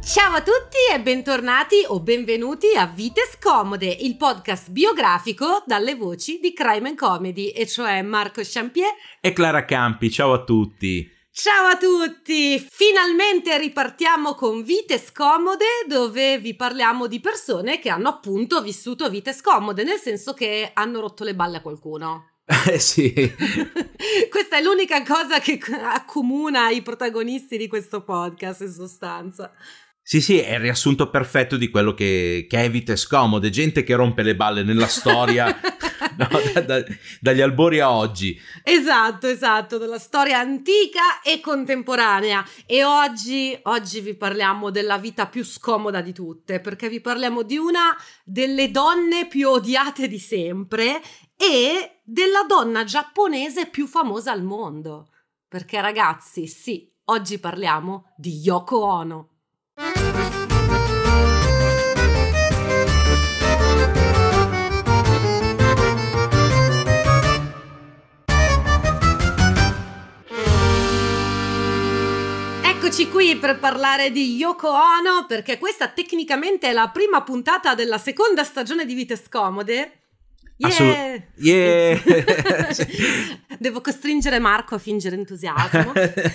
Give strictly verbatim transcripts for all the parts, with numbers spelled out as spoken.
Ciao a tutti e bentornati o benvenuti a Vite Scomode, il podcast biografico dalle voci di Crime and Comedy, e cioè Marco Champier e Clara Campi. Ciao a tutti. Ciao a tutti! Finalmente ripartiamo con Vite Scomode, dove vi parliamo di persone che hanno appunto vissuto vite scomode, nel senso che hanno rotto le balle a qualcuno. Eh sì. Questa è l'unica cosa che accomuna i protagonisti di questo podcast, in sostanza. Sì, sì, è il riassunto perfetto di quello che, che è vite scomode, gente che rompe le balle nella storia, no, da, da, dagli albori a oggi. Esatto, esatto, della storia antica e contemporanea. E oggi, oggi vi parliamo della vita più scomoda di tutte, perché vi parliamo di una delle donne più odiate di sempre e della donna giapponese più famosa al mondo. Perché ragazzi, sì, oggi parliamo di Yoko Ono. Eccoci qui per parlare di Yoko Ono, perché questa tecnicamente è la prima puntata della seconda stagione di Vite Scomode. Yeah! Assolut- yeah! Devo costringere Marco a fingere entusiasmo.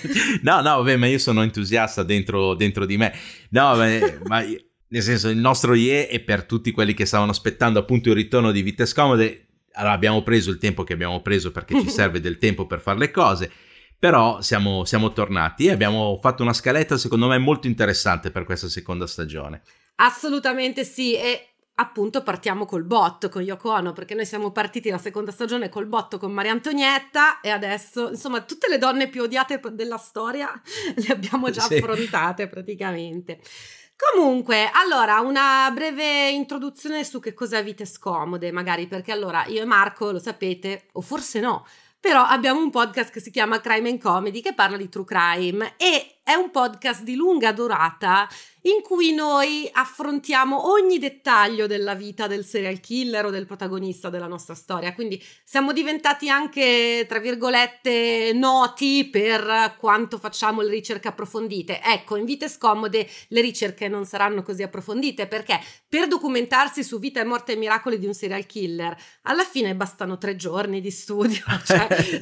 No, no, vabbè, ma io sono entusiasta dentro, dentro di me. No, ma, ma nel senso, il nostro yeah è per tutti quelli che stavano aspettando appunto il ritorno di Vite Scomode. Allora, abbiamo preso il tempo che abbiamo preso perché ci serve del tempo per fare le cose. Però siamo, siamo tornati e abbiamo fatto una scaletta secondo me molto interessante per questa seconda stagione. Assolutamente sì, e appunto partiamo col botto con Yoko Ono, perché noi siamo partiti la seconda stagione col botto con Maria Antonietta e adesso insomma tutte le donne più odiate della storia le abbiamo già sì. affrontate praticamente. Comunque, allora, una breve introduzione su che cos'è Vite Scomode, magari, perché allora io e Marco, lo sapete, o forse no, però abbiamo un podcast che si chiama Crime and Comedy, che parla di true crime, e è un podcast di lunga durata in cui noi affrontiamo ogni dettaglio della vita del serial killer o del protagonista della nostra storia. Quindi siamo diventati anche, tra virgolette, noti per quanto facciamo le ricerche approfondite. Ecco, in Vite Scomode le ricerche non saranno così approfondite, perché per documentarsi su vita e morte e miracoli di un serial killer alla fine bastano tre giorni di studio, cioè,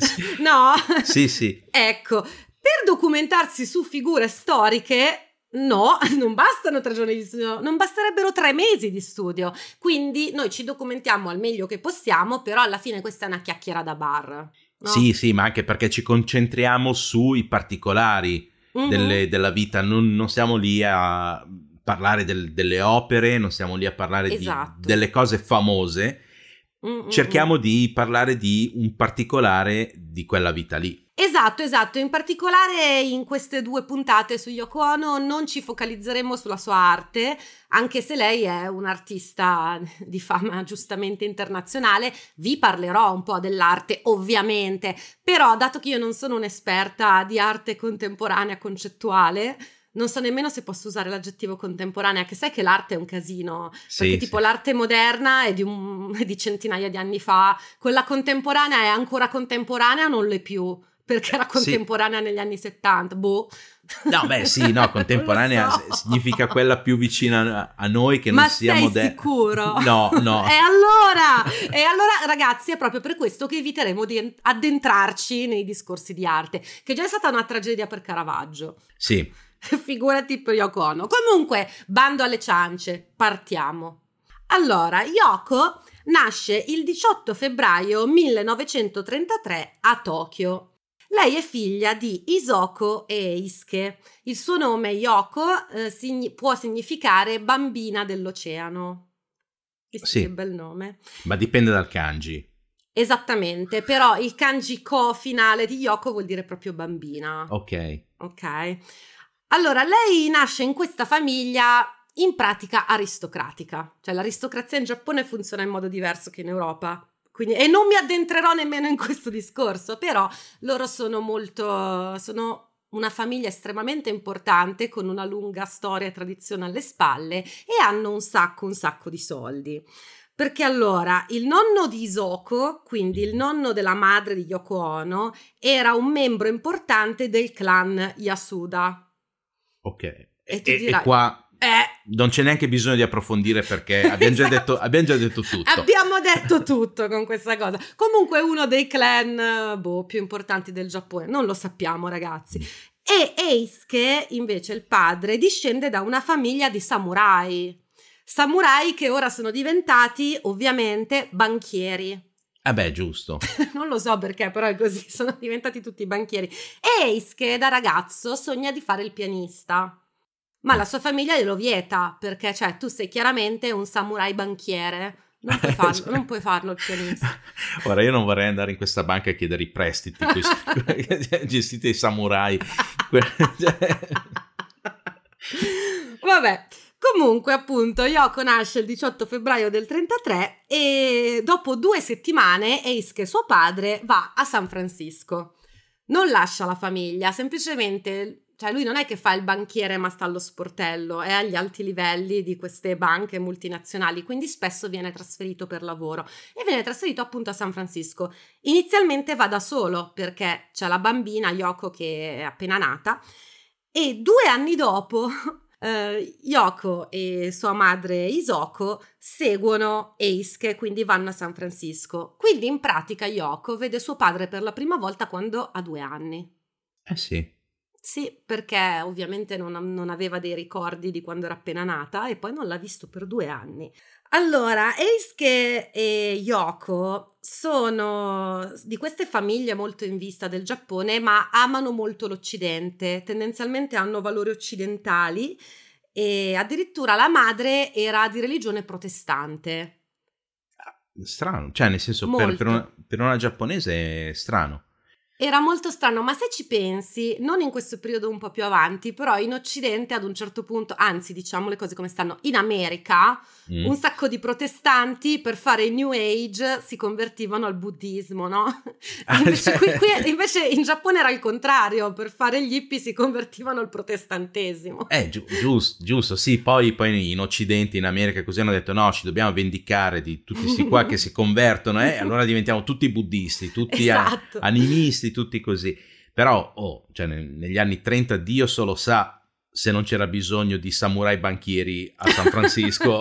no? Sì, sì. Ecco, per documentarsi su figure storiche no, non bastano tre giorni di studio, non basterebbero tre mesi di studio. Quindi noi ci documentiamo al meglio che possiamo, però alla fine questa è una chiacchiera da bar, no? Sì, sì, ma anche perché ci concentriamo sui particolari mm-hmm. delle, della vita, non, non siamo lì a parlare del, delle opere, non siamo lì a parlare esatto. di, delle cose famose. Mm-mm. Cerchiamo di parlare di un particolare di quella vita lì. Esatto, esatto, in particolare in queste due puntate su Yoko Ono non ci focalizzeremo sulla sua arte, anche se lei è un'artista di fama giustamente internazionale. Vi parlerò un po' dell'arte, ovviamente, però dato che io non sono un'esperta di arte contemporanea concettuale, non so nemmeno se posso usare l'aggettivo contemporanea, che sai che l'arte è un casino, sì, perché tipo sì. l'arte moderna è di, un, di centinaia di anni fa, quella contemporanea è ancora contemporanea o non l'è più? Perché era contemporanea sì. negli anni settanta, boh. No, beh, sì, no, contemporanea so. significa quella più vicina a noi che non Ma sia sei moderna. sicuro? No, no. E allora, e allora, ragazzi, è proprio per questo che eviteremo di addentrarci nei discorsi di arte, che già è stata una tragedia per Caravaggio. Sì. Figurati per Yoko Ono. Comunque, bando alle ciance, partiamo. Allora, Yoko nasce il diciotto febbraio millenovecentotrentatré a Tokyo. Lei è figlia di Isoko e Eisuke. Il suo nome, Yoko, eh, signi- può significare bambina dell'oceano. Che sì, che bel nome. Ma dipende dal kanji. Esattamente, però il kanji ko finale di Yoko vuol dire proprio bambina. Ok. Ok. Allora, lei nasce in questa famiglia in pratica aristocratica. Cioè l'aristocrazia in Giappone funziona in modo diverso che in Europa. Quindi, e non mi addentrerò nemmeno in questo discorso, però loro sono molto, sono una famiglia estremamente importante con una lunga storia e tradizione alle spalle e hanno un sacco, un sacco di soldi. Perché allora il nonno di Isoko, quindi il nonno della madre di Yoko Ono, era un membro importante del clan Yasuda. Ok. E, ti e, dirai, e qua eh, non c'è neanche bisogno di approfondire perché abbiamo, già, esatto. detto, abbiamo già detto tutto. Abbiamo detto tutto con questa cosa. Comunque uno dei clan boh, più importanti del Giappone, non lo sappiamo ragazzi. E Eisuke, invece il padre, discende da una famiglia di samurai. Samurai che ora sono diventati ovviamente banchieri. Eh beh, giusto. Non lo so perché, però è così, sono diventati tutti banchieri. E Eisuke da ragazzo sogna di fare il pianista. Ma la sua famiglia glielo vieta, perché cioè tu sei chiaramente un samurai banchiere, non puoi farlo, non puoi farlo il pianista. Ora io non vorrei andare in questa banca a chiedere i prestiti gestiti dai samurai. Vabbè, comunque appunto Yoko nasce il diciotto febbraio del trentatré e dopo due settimane Eisuke, suo padre, va a San Francisco. Non lascia la famiglia, semplicemente... Cioè lui non è che fa il banchiere ma sta allo sportello, è agli alti livelli di queste banche multinazionali, quindi spesso viene trasferito per lavoro e viene trasferito appunto a San Francisco. Inizialmente va da solo perché c'è la bambina Yoko che è appena nata e due anni dopo eh, Yoko e sua madre Isoko seguono Eisuke, quindi vanno a San Francisco. Quindi in pratica Yoko vede suo padre per la prima volta quando ha due anni. Eh sì. Sì, perché ovviamente non, non aveva dei ricordi di quando era appena nata e poi non l'ha visto per due anni. Allora, Eisuke e Yoko sono di queste famiglie molto in vista del Giappone, ma amano molto l'Occidente, tendenzialmente hanno valori occidentali e addirittura la madre era di religione protestante. Strano, cioè nel senso per, per, una, per una giapponese è strano. Era molto strano, ma se ci pensi, non in questo periodo un po' più avanti, però in Occidente ad un certo punto, anzi diciamo le cose come stanno, in America mm. un sacco di protestanti per fare il New Age si convertivano al buddismo, no? Invece, qui, qui, invece in Giappone era il contrario, per fare gli hippie si convertivano al protestantesimo. Eh, gi- giusto, giusto, sì, poi, poi in Occidente, in America così hanno detto no, ci dobbiamo vendicare di tutti questi qua che si convertono, eh, allora diventiamo tutti buddisti, tutti esatto. a- animisti, tutti così. Però oh, cioè, negli anni trenta Dio solo sa se non c'era bisogno di samurai banchieri a San Francisco.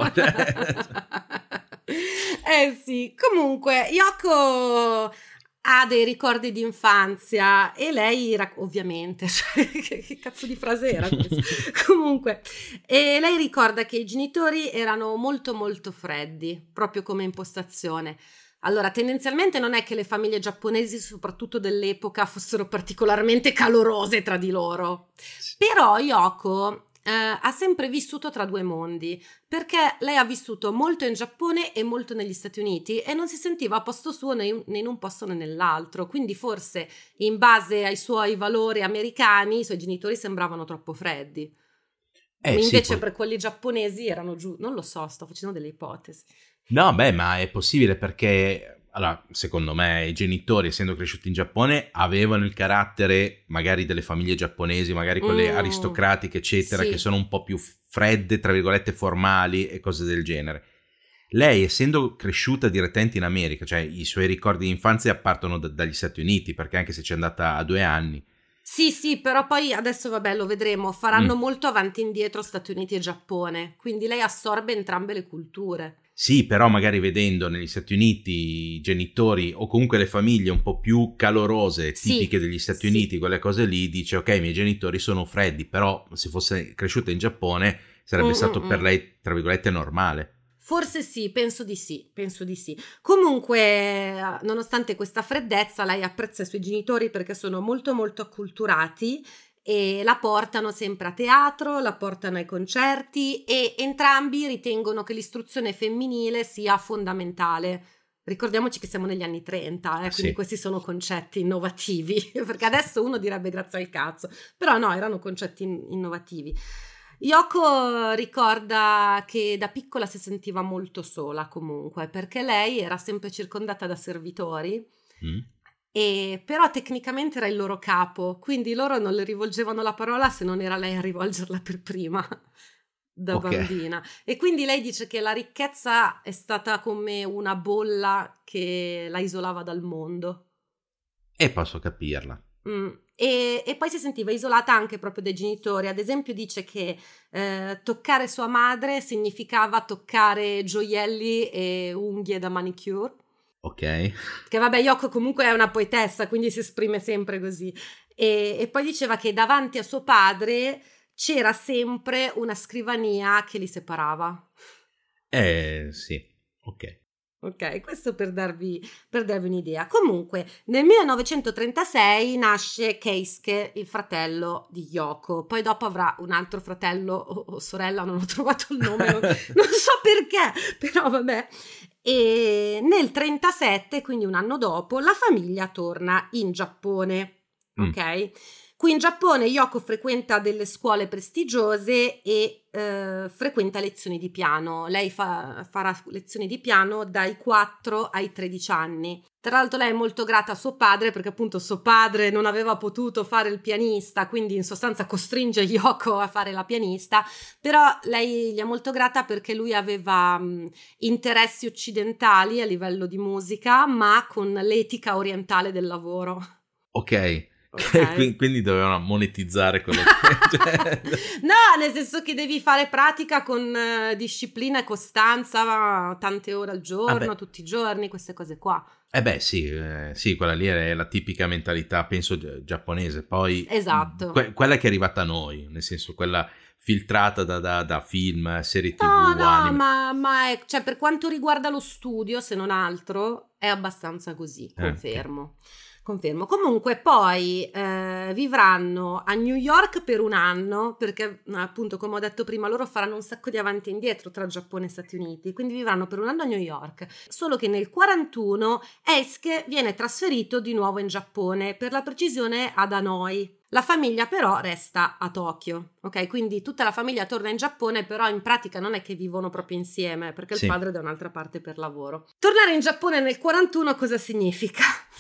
Eh sì, comunque Yoko ha dei ricordi di infanzia e lei ovviamente, cioè, che, che cazzo di frase era questa? Comunque, e lei ricorda che i genitori erano molto molto freddi, proprio come impostazione. Allora, tendenzialmente non è che le famiglie giapponesi, soprattutto dell'epoca, fossero particolarmente calorose tra di loro. Però Yoko eh, ha sempre vissuto tra due mondi, perché lei ha vissuto molto in Giappone e molto negli Stati Uniti e non si sentiva a posto suo né in un posto né nell'altro. Quindi forse, in base ai suoi valori americani, i suoi genitori sembravano troppo freddi. Eh, Invece sì, per quelli giapponesi erano giù. Non lo so, sto facendo delle ipotesi. No, beh, ma è possibile perché, allora, secondo me, i genitori, essendo cresciuti in Giappone, avevano il carattere magari delle famiglie giapponesi, magari quelle mm, aristocratiche, eccetera, sì. che sono un po' più fredde, tra virgolette, formali e cose del genere. Lei, essendo cresciuta direttamente in America, cioè i suoi ricordi di infanzia partono da, dagli Stati Uniti, perché anche se c'è andata a due anni. Sì, sì, però poi adesso, vabbè, lo vedremo, faranno mm. molto avanti e indietro Stati Uniti e Giappone, quindi lei assorbe entrambe le culture. Sì, però magari vedendo negli Stati Uniti i genitori o comunque le famiglie un po' più calorose, tipiche sì, degli Stati sì. Uniti, quelle cose lì, dice ok, i miei genitori sono freddi, però se fosse cresciuta in Giappone sarebbe Mm-mm. stato per lei, tra virgolette, normale. Forse sì, penso di sì, penso di sì. Comunque, nonostante questa freddezza, lei apprezza i suoi genitori perché sono molto molto acculturati e la portano sempre a teatro, la portano ai concerti e entrambi ritengono che l'istruzione femminile sia fondamentale. Ricordiamoci che siamo negli anni trenta, eh, quindi sì. questi sono concetti innovativi, perché adesso uno direbbe grazie al cazzo, però no, erano concetti innovativi. Yoko ricorda che da piccola si sentiva molto sola comunque, perché lei era sempre circondata da servitori, mm. e però tecnicamente era il loro capo, quindi loro non le rivolgevano la parola se non era lei a rivolgerla per prima da okay. bambina. E quindi lei dice che la ricchezza è stata come una bolla che la isolava dal mondo. E posso capirla. Mm. E, e poi si sentiva isolata anche proprio dai genitori. Ad esempio dice che eh, toccare sua madre significava toccare gioielli e unghie da manicure. Ok. Che vabbè, Yoko comunque è una poetessa, quindi si esprime sempre così. E, e poi diceva che davanti a suo padre c'era sempre una scrivania che li separava. Eh sì, ok. Ok, questo per darvi, per darvi un'idea. Comunque, nel millenovecentotrentasei nasce Keisuke, il fratello di Yoko. Poi dopo avrà un altro fratello o, o sorella, non ho trovato il nome, non, non so perché, però vabbè. E nel trentasette, quindi un anno dopo, la famiglia torna in Giappone, ok? Mm. Qui in Giappone Yoko frequenta delle scuole prestigiose e eh, frequenta lezioni di piano. Lei fa, farà lezioni di piano dai quattro ai tredici anni. Tra l'altro lei è molto grata a suo padre perché appunto suo padre non aveva potuto fare il pianista, quindi in sostanza costringe Yoko a fare la pianista, però lei gli è molto grata perché lui aveva mh, interessi occidentali a livello di musica, ma con l'etica orientale del lavoro. Ok. Okay. Quindi dovevano monetizzare quello che... cioè... No, nel senso che devi fare pratica con uh, disciplina e costanza, tante ore al giorno, ah tutti i giorni, queste cose qua. Eh beh sì, eh, sì, quella lì è la tipica mentalità, penso, gi- giapponese. Poi esatto. Que- quella che è arrivata a noi, nel senso quella filtrata da, da, da film, serie tv, no, no, anime. ma, ma è, cioè, per quanto riguarda lo studio, se non altro, è abbastanza così, confermo. Eh, okay. Confermo. Comunque poi eh, vivranno a New York per un anno, perché appunto come ho detto prima loro faranno un sacco di avanti e indietro tra Giappone e Stati Uniti, quindi vivranno per un anno a New York, solo che nel quarantuno Eisuke viene trasferito di nuovo in Giappone, per la precisione ad Hanoi. La famiglia però resta a Tokyo, ok? Quindi tutta la famiglia torna in Giappone, però in pratica non è che vivono proprio insieme, perché sì. Il padre è da un'altra parte per lavoro. Tornare in Giappone nel quarantuno cosa significa?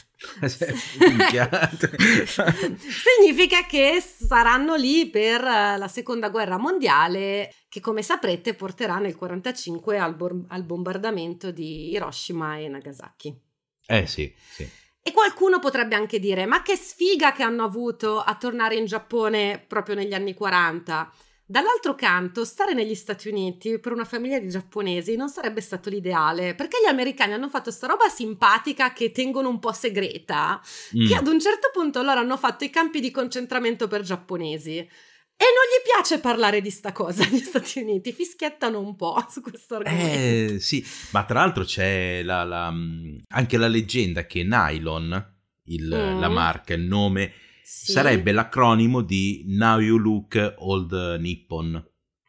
Significa che saranno lì per la seconda guerra mondiale, che come saprete porterà nel quarantacinque al, bor- al bombardamento di Hiroshima e Nagasaki. Eh sì, sì. E qualcuno potrebbe anche dire, ma che sfiga che hanno avuto a tornare in Giappone proprio negli anni quaranta. Dall'altro canto, stare negli Stati Uniti per una famiglia di giapponesi non sarebbe stato l'ideale, perché gli americani hanno fatto sta roba simpatica che tengono un po' segreta, mm. che ad un certo punto loro hanno fatto i campi di concentramento per giapponesi. E non gli piace parlare di sta cosa agli Stati Uniti, fischiettano un po' su questo argomento. Eh sì, ma tra l'altro c'è la, la, anche la leggenda che Nylon, il, mm. la marca, il nome... Sì. Sarebbe l'acronimo di Now You Look Old Nippon.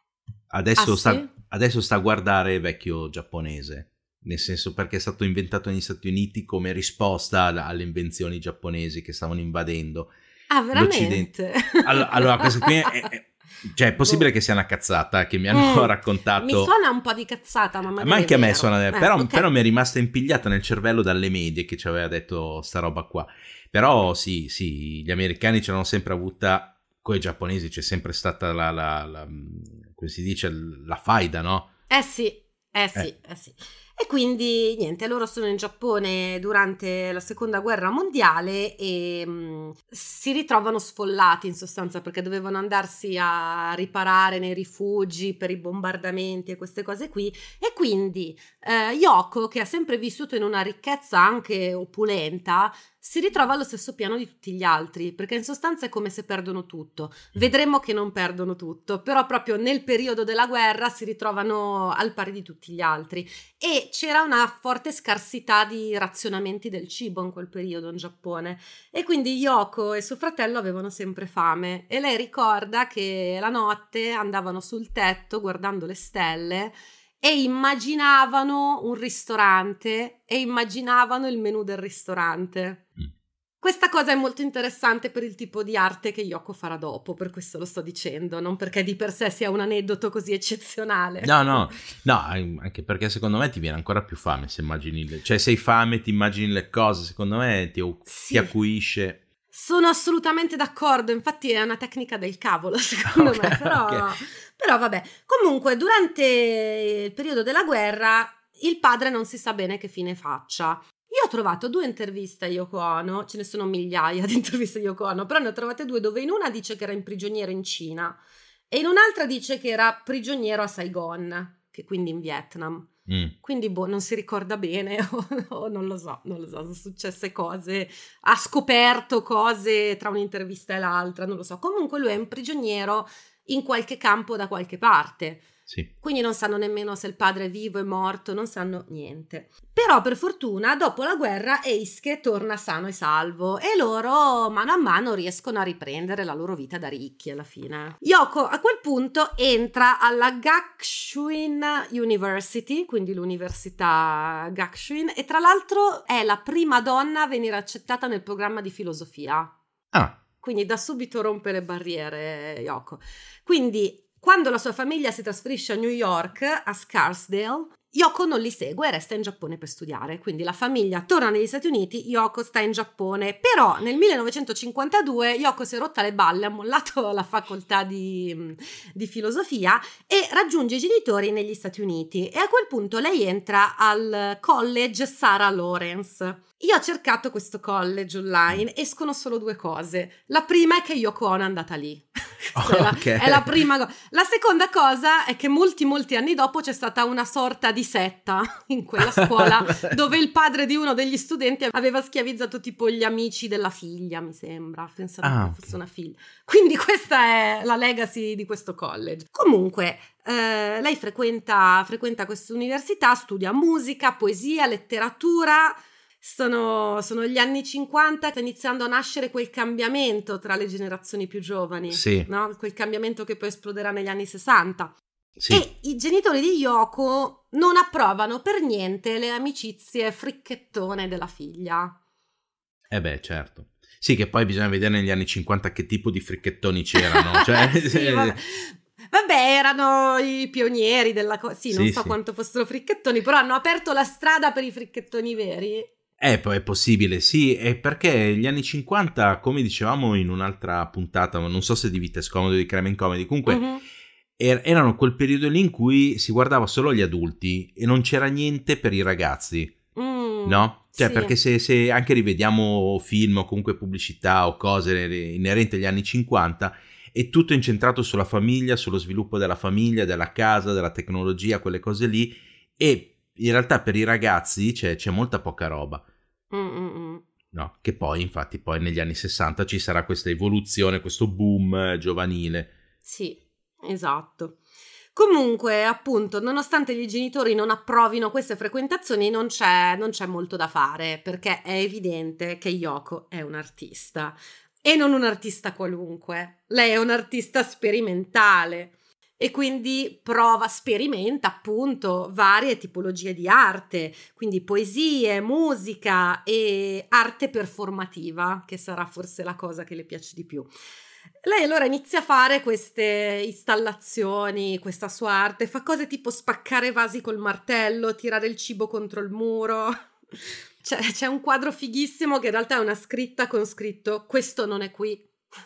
Adesso, ah, sta, sì? adesso sta a guardare vecchio giapponese, nel senso perché è stato inventato negli Stati Uniti come risposta alle invenzioni giapponesi che stavano invadendo ah, veramente? l'Occidente. Allora, allora questo qui è, è, cioè è possibile oh. che sia una cazzata che mi hanno mm. raccontato. Mi suona un po' di cazzata, ma, ma anche a me suona, eh, però, okay. però mi è rimasta impigliata nel cervello dalle medie che ci aveva detto sta roba qua. Però sì, sì, gli americani ce l'hanno sempre avuta, con i giapponesi c'è sempre stata la, la, la come si dice, la faida, no? Eh sì, eh sì, eh, eh sì. E quindi niente, loro sono in Giappone durante la seconda guerra mondiale e mh, si ritrovano sfollati in sostanza perché dovevano andarsi a riparare nei rifugi per i bombardamenti e queste cose qui, e quindi eh, Yoko, che ha sempre vissuto in una ricchezza anche opulenta, si ritrova allo stesso piano di tutti gli altri, perché in sostanza è come se perdono tutto. Vedremo che non perdono tutto, però proprio nel periodo della guerra si ritrovano al pari di tutti gli altri. E c'era una forte scarsità di razionamenti del cibo in quel periodo in Giappone, e quindi Yoko e suo fratello avevano sempre fame, e lei ricorda che la notte andavano sul tetto guardando le stelle e immaginavano un ristorante e immaginavano il menù del ristorante. Mm. Questa cosa è molto interessante per il tipo di arte che Yoko farà dopo, per questo lo sto dicendo, non perché di per sé sia un aneddoto così eccezionale. No, no, no, anche perché secondo me ti viene ancora più fame se immagini, le... cioè se hai fame ti immagini le cose, secondo me ti, sì. ti acuisce. Sono assolutamente d'accordo, infatti è una tecnica del cavolo secondo okay, me, però, okay. però vabbè. Comunque durante il periodo della guerra il padre non si sa bene che fine faccia. Io ho trovato due interviste a Yoko Ono, ce ne sono migliaia di interviste a Yoko Ono, però ne ho trovate due dove in una dice che era in prigioniero in Cina e in un'altra dice che era prigioniero a Saigon, che quindi in Vietnam. Mm. Quindi boh, non si ricorda bene o, o non lo so, non lo so, sono successe cose, ha scoperto cose tra un'intervista e l'altra, non lo so. Comunque lui è un prigioniero in qualche campo da qualche parte. Sì. Quindi non sanno nemmeno se il padre è vivo, è morto, non sanno niente. Però per fortuna dopo la guerra Eisuke torna sano e salvo e loro mano a mano riescono a riprendere la loro vita da ricchi alla fine. Yoko a quel punto entra alla Gakushuin University, quindi l'università Gakushuin, e tra l'altro è la prima donna a venire accettata nel programma di filosofia. Ah. Quindi da subito rompe le barriere Yoko. Quindi quando la sua famiglia si trasferisce a New York, a Scarsdale, Yoko non li segue e resta in Giappone per studiare. Quindi la famiglia torna negli Stati Uniti, Yoko sta in Giappone. Però nel millenovecentocinquantadue Yoko si è rotta le balle, ha mollato la facoltà di, di filosofia e raggiunge i genitori negli Stati Uniti. E a quel punto lei entra al college Sarah Lawrence. Io ho cercato questo college online, escono solo due cose. La prima è che Yoko Ono è andata lì. Oh, è, la, okay. è la prima cosa. La seconda cosa è che molti molti anni dopo c'è stata una sorta di setta in quella scuola dove il padre di uno degli studenti aveva schiavizzato tipo gli amici della figlia, mi sembra, pensando ah, che okay. fosse una figlia. Quindi questa è la legacy di questo college. Comunque eh, lei frequenta, frequenta questa università, studia musica, poesia, letteratura. Sono, sono gli anni cinquanta, sta iniziando a nascere quel cambiamento tra le generazioni più giovani, sì. no? Quel cambiamento che poi esploderà negli anni sessanta. Sì. E i genitori di Yoko non approvano per niente le amicizie fricchettone della figlia. Eh beh, certo. Sì, che poi bisogna vedere negli anni cinquanta che tipo di fricchettoni c'erano. Cioè... sì, vabbè. Vabbè, erano i pionieri della cosa. Sì, non sì, so sì. quanto fossero fricchettoni, però hanno aperto la strada per i fricchettoni veri. Eh, poi è possibile, sì, è perché gli anni cinquanta, come dicevamo in un'altra puntata, ma non so se di Vite Scomode o di Crime and Comedy, comunque uh-huh. er- erano quel periodo lì in cui si guardava solo gli adulti e non c'era niente per i ragazzi, mm, no? Cioè, sì. Perché se, se anche rivediamo film o comunque pubblicità o cose inerenti agli anni cinquanta, è tutto incentrato sulla famiglia, sullo sviluppo della famiglia, della casa, della tecnologia, quelle cose lì, e in realtà per i ragazzi c'è, c'è molta poca roba. Mm-mm. No, che poi infatti poi negli anni sessanta ci sarà questa evoluzione, questo boom eh, giovanile. Sì, esatto. Comunque, appunto, nonostante i genitori non approvino queste frequentazioni, non c'è, non c'è molto da fare, perché è evidente che Yoko è un artista. E non un artista qualunque. Lei è un artista sperimentale. E quindi prova, sperimenta appunto varie tipologie di arte, quindi poesie, musica e arte performativa, che sarà forse la cosa che le piace di più. Lei allora inizia a fare queste installazioni, questa sua arte, fa cose tipo spaccare vasi col martello, tirare il cibo contro il muro. C'è, c'è un quadro fighissimo che in realtà è una scritta con scritto "questo non è qui".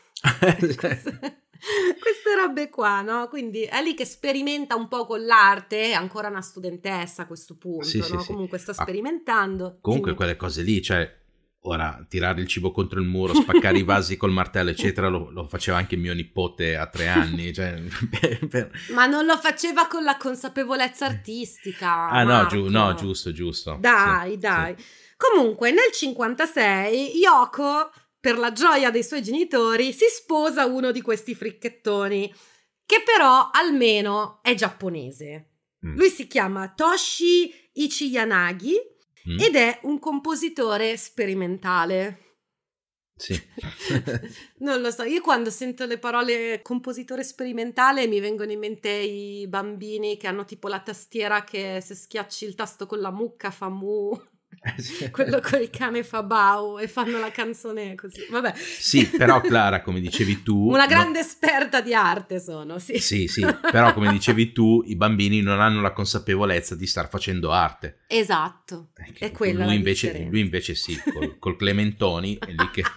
Queste robe qua, no? Quindi è lì che sperimenta un po' con l'arte, è ancora una studentessa a questo punto, sì, no? Sì, comunque sì. sta sperimentando. Ah, comunque Dimmi. Quelle cose lì, cioè ora tirare il cibo contro il muro, spaccare i vasi col martello eccetera, lo, lo faceva anche mio nipote a tre anni, cioè, per, per... ma non lo faceva con la consapevolezza artistica. Ah no, Marco. giu- no, giusto, giusto. Dai, sì, dai. Sì. Comunque nel cinquantasei Yoko, per la gioia dei suoi genitori, si sposa uno di questi fricchettoni, che però almeno è giapponese. Mm. Lui si chiama Toshi Ichiyanagi mm. ed è un compositore sperimentale. Sì. Non lo so, io quando sento le parole compositore sperimentale mi vengono in mente i bambini che hanno tipo la tastiera che se schiacci il tasto con la mucca fa mu. Quello col cane fa bau e fanno la canzone così, vabbè. Sì, però Clara, come dicevi tu, una grande no... esperta di arte sono, sì. Sì, sì, però come dicevi tu, i bambini non hanno la consapevolezza di star facendo arte. Esatto, eh, è quella lui la invece, differenza. lui invece sì, col, col Clementoni è lì che...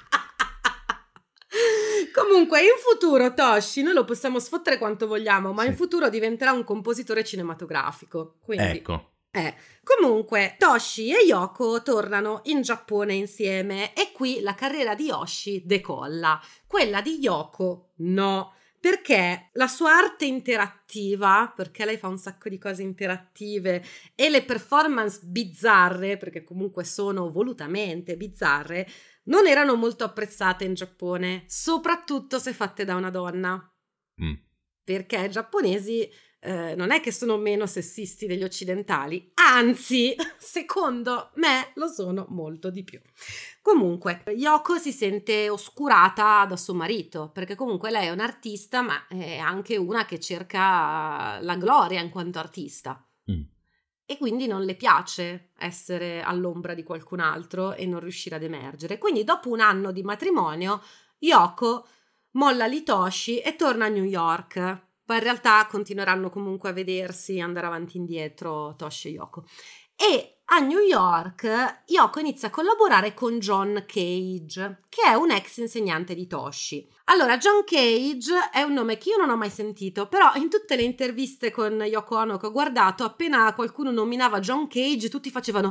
Comunque in futuro Toshi, noi lo possiamo sfottere quanto vogliamo, ma sì. in futuro diventerà un compositore cinematografico, quindi ecco. Eh, comunque Toshi e Yoko tornano in Giappone insieme e qui la carriera di Yoshi decolla, quella di Yoko no, perché la sua arte interattiva, perché lei fa un sacco di cose interattive e le performance bizzarre, perché comunque sono volutamente bizzarre, non erano molto apprezzate in Giappone, soprattutto se fatte da una donna. Mm. Perché i giapponesi eh, non è che sono meno sessisti degli occidentali, anzi, secondo me lo sono molto di più. Comunque, Yoko si sente oscurata da suo marito, perché comunque lei è un'artista, ma è anche una che cerca la gloria in quanto artista. Mm. E quindi non le piace essere all'ombra di qualcun altro e non riuscire ad emergere. Quindi dopo un anno di matrimonio, Yoko molla Hitoshi e torna a New York. Poi in realtà continueranno comunque a vedersi, andare avanti e indietro Toshi e Yoko. E a New York Yoko inizia a collaborare con John Cage, che è un ex insegnante di Toshi. Allora, John Cage è un nome che io non ho mai sentito, però in tutte le interviste con Yoko Ono che ho guardato, appena qualcuno nominava John Cage, tutti facevano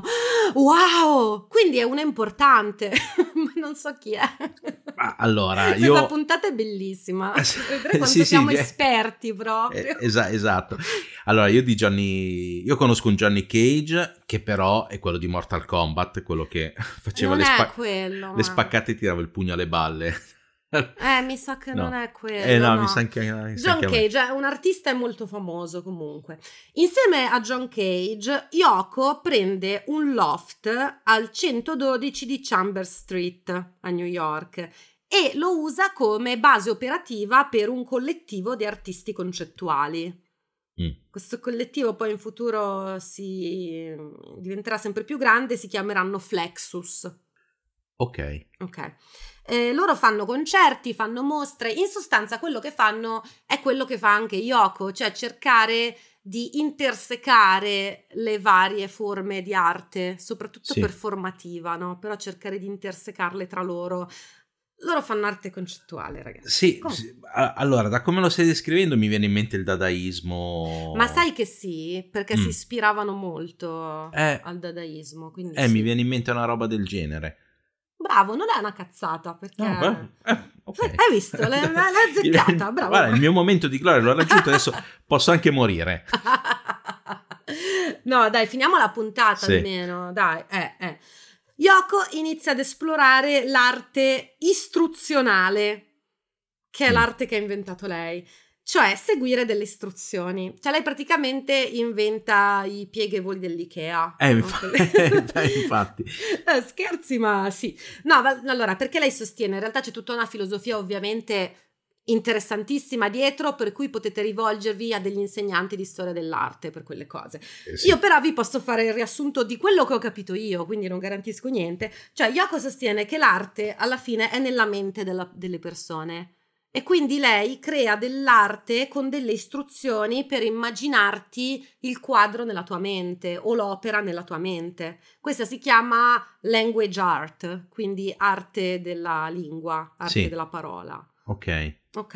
wow! Quindi è una importante, ma non so chi è. Ma allora, Questa io... puntata è bellissima, vedrai quanto sì, siamo sì, esperti proprio. Eh, esa- esatto. Allora, io di Johnny... Io conosco un Johnny Cage, che però è quello di Mortal Kombat, quello che faceva Non le, è spa- quello, le ma- spaccate e tirava il pugno alle balle. Eh, mi sa che No. non è quello. Eh no, no. mi sa anche, mi sa John anche a me. Cage è un artista e molto famoso comunque. Insieme a John Cage, Yoko prende un loft al centododici di Chambers Street a New York e lo usa come base operativa per un collettivo di artisti concettuali. Mm. Questo collettivo poi in futuro si diventerà sempre più grande, si chiameranno Flexus. Ok. Ok. Eh, loro fanno concerti, fanno mostre, in sostanza quello che fanno è quello che fa anche Yoko, cioè cercare di intersecare le varie forme di arte, soprattutto Sì. performativa, no? Però cercare di intersecarle tra loro. Loro fanno arte concettuale, ragazzi. Sì, Come? sì, a- allora, da come lo stai descrivendo mi viene in mente il dadaismo. Ma sai che sì, perché Mm. si ispiravano molto Eh. al dadaismo, quindi Eh, sì. mi viene in mente una roba del genere. Bravo, non è una cazzata, perché... No, beh, eh, ok. Eh, hai visto? L'hai, l'hai azzeccata, bravo. Guarda, il mio momento di gloria l'ho raggiunto, adesso posso anche morire. No, dai, finiamo la puntata Sì. almeno, dai, eh, eh. Yoko inizia ad esplorare l'arte istruzionale, che è Mm. l'arte che ha inventato lei, cioè seguire delle istruzioni. Cioè lei praticamente inventa i pieghevoli dell'Ikea. Eh, no? infa- eh, infatti. Eh, scherzi, ma sì. No, ma, allora, perché lei sostiene, in realtà c'è tutta una filosofia ovviamente interessantissima dietro, per cui potete rivolgervi a degli insegnanti di storia dell'arte per quelle cose. Eh, sì. Io però vi posso fare il riassunto di quello che ho capito io, quindi non garantisco niente. Cioè Yoko sostiene che l'arte alla fine è nella mente della- delle persone e quindi lei crea dell'arte con delle istruzioni per immaginarti il quadro nella tua mente o l'opera nella tua mente. Questa si chiama language art, quindi arte della lingua, arte Sì. della parola. Ok. Ok?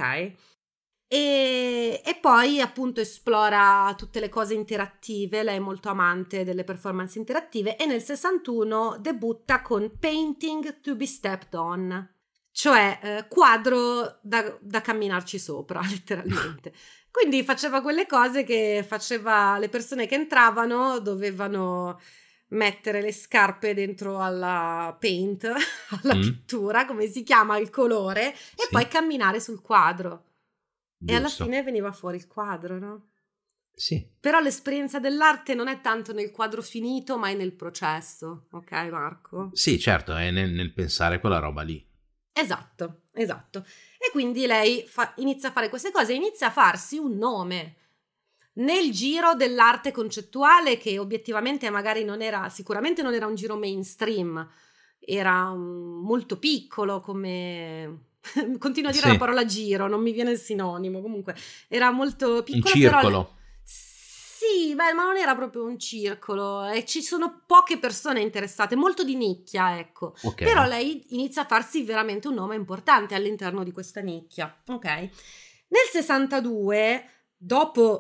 E, e poi appunto esplora tutte le cose interattive, lei è molto amante delle performance interattive e nel sessantuno debutta con Painting to be Stepped On, cioè eh, quadro da, da camminarci sopra, letteralmente. Quindi faceva quelle cose che faceva le persone che entravano, dovevano mettere le scarpe dentro alla paint, alla Mm. pittura, come si chiama il colore, e Sì. poi camminare sul quadro. E alla Giusto. fine veniva fuori il quadro, no? Sì. Però l'esperienza dell'arte non è tanto nel quadro finito, ma è nel processo, ok Marco? Sì, certo, è nel, nel pensare quella roba lì. Esatto, esatto. E quindi lei fa- inizia a fare queste cose, inizia a farsi un nome nel giro dell'arte concettuale, che obiettivamente magari non era, sicuramente non era un giro mainstream, era um, molto piccolo come... Continuo a dire Sì. la parola giro, non mi viene il sinonimo, comunque era molto Un piccolo. circolo. Però... Sì, beh, ma non era proprio un circolo e ci sono poche persone interessate, molto di nicchia, ecco. Ok. Però lei inizia a farsi veramente un nome importante all'interno di questa nicchia, ok? Nel sessantadue, dopo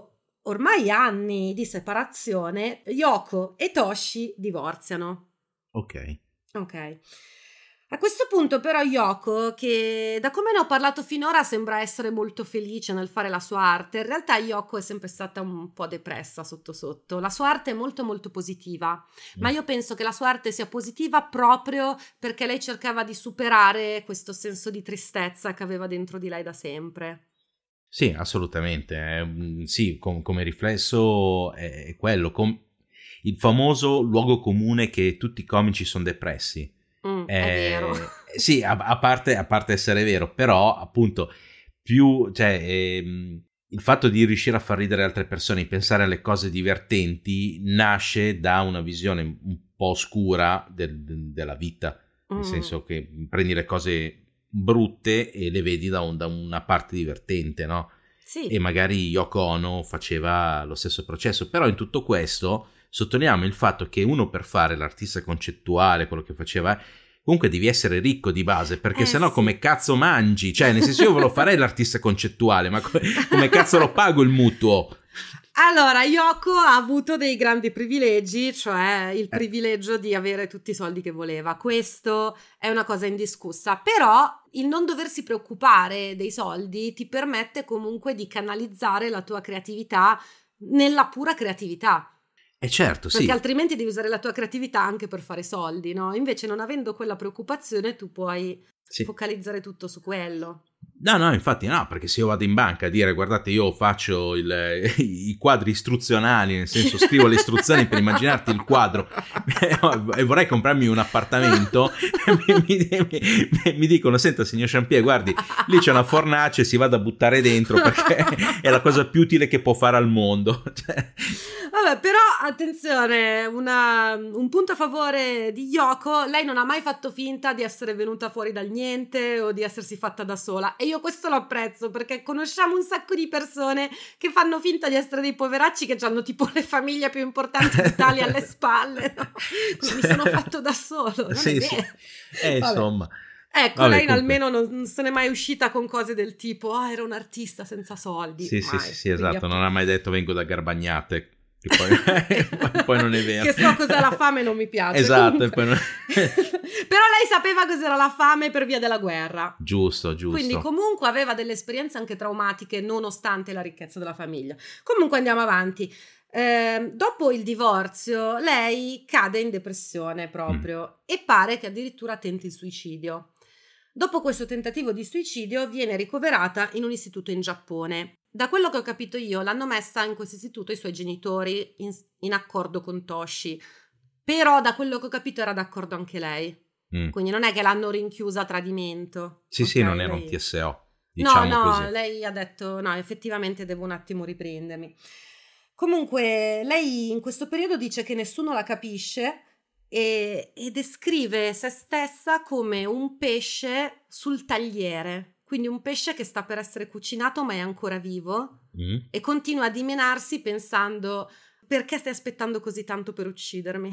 ormai anni di separazione, Yoko e Toshi divorziano. Ok. Ok. A questo punto però Yoko, che da come ne ho parlato finora sembra essere molto felice nel fare la sua arte, in realtà Yoko è sempre stata un po' depressa sotto sotto. La sua arte è molto molto positiva, mm. ma io penso che la sua arte sia positiva proprio perché lei cercava di superare questo senso di tristezza che aveva dentro di lei da sempre. Sì, assolutamente. Eh, sì, com- come riflesso è, è quello, com- il famoso luogo comune che tutti i comici sono depressi. Mm, eh, è vero. Sì, a, a, parte, a parte essere vero, però appunto più, cioè, ehm, il fatto di riuscire a far ridere altre persone, pensare alle cose divertenti, nasce da una visione un po' oscura del, de, della vita, nel mm. senso che prendi le cose brutte e le vedi da, un, da una parte divertente, no? Sì. E magari Yoko Ono faceva lo stesso processo, però in tutto questo sottolineiamo il fatto che uno, per fare l'artista concettuale, quello che faceva, comunque devi essere ricco di base, perché eh, sennò sì. come cazzo mangi? Cioè, nel senso, io ve lo farei l'artista concettuale, ma come, come cazzo lo pago il mutuo? Allora, Yoko ha avuto dei grandi privilegi, cioè il privilegio di avere tutti i soldi che voleva. Questo è una cosa indiscussa, però il non doversi preoccupare dei soldi ti permette comunque di canalizzare la tua creatività nella pura creatività. Eh certo, perché sì. altrimenti devi usare la tua creatività anche per fare soldi, no? Invece, non avendo quella preoccupazione, tu puoi sì. focalizzare tutto su quello. No, no, infatti no, perché se io vado in banca a dire guardate io faccio il, i quadri istruzionali, nel senso scrivo le istruzioni per immaginarti il quadro e vorrei comprarmi un appartamento, mi, mi, mi, mi dicono senta signor Champier, guardi lì c'è una fornace, si vada a buttare dentro perché è la cosa più utile che può fare al mondo. Cioè... Vabbè, però attenzione, una, un punto a favore di Yoko: lei non ha mai fatto finta di essere venuta fuori dal niente o di essersi fatta da sola, e io questo lo apprezzo, perché conosciamo un sacco di persone che fanno finta di essere dei poveracci che hanno tipo le famiglie più importanti d'Italia alle spalle, no? Mi sono fatto da solo, non sì, è sì. vero. Eh, insomma ecco, vabbè, lei comunque almeno non, non se n'è mai uscita con cose del tipo ah, era un artista senza soldi. Sì, mai. sì, sì, sì, esatto, appunto... non ha mai detto vengo da Garbagnate. Che poi, poi non è vero, che so cos'è la fame, non mi piace, esatto, e poi non... però lei sapeva cos'era la fame per via della guerra, giusto, giusto, quindi comunque aveva delle esperienze anche traumatiche nonostante la ricchezza della famiglia. Comunque andiamo avanti. Eh, dopo il divorzio lei cade in depressione proprio mm. e pare che addirittura tenti il suicidio. Dopo questo tentativo di suicidio viene ricoverata in un istituto in Giappone. Da quello che ho capito io, l'hanno messa in questo istituto i suoi genitori in, in accordo con Toshi, però da quello che ho capito era d'accordo anche lei, mm. quindi non è che l'hanno rinchiusa a tradimento. Sì, okay, sì, non era lei... un T S O, diciamo no, no, così. Lei ha detto no, effettivamente devo un attimo riprendermi. Comunque lei in questo periodo dice che nessuno la capisce e, e descrive se stessa come un pesce sul tagliere. Quindi un pesce che sta per essere cucinato ma è ancora vivo mm. e continua a dimenarsi pensando perché stai aspettando così tanto per uccidermi.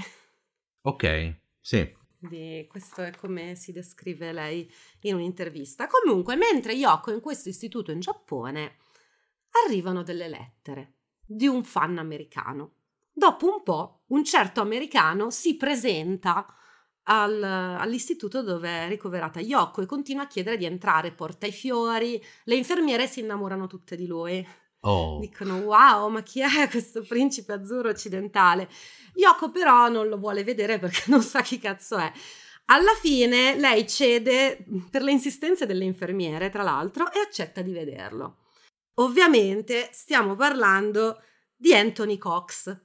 Ok, sì. Quindi questo è come si descrive lei in un'intervista. Comunque, mentre Yoko è in questo istituto in Giappone, arrivano delle lettere di un fan americano. Dopo un po', un certo americano si presenta Al, all'istituto dove è ricoverata Yoko e continua a chiedere di entrare, porta i fiori, le infermiere si innamorano tutte di lui. Oh. Dicono wow, ma chi è questo principe azzurro occidentale? Yoko però non lo vuole vedere perché non sa chi cazzo è. Alla fine lei cede per le insistenze delle infermiere, tra l'altro, e accetta di vederlo. Ovviamente stiamo parlando di Anthony Cox.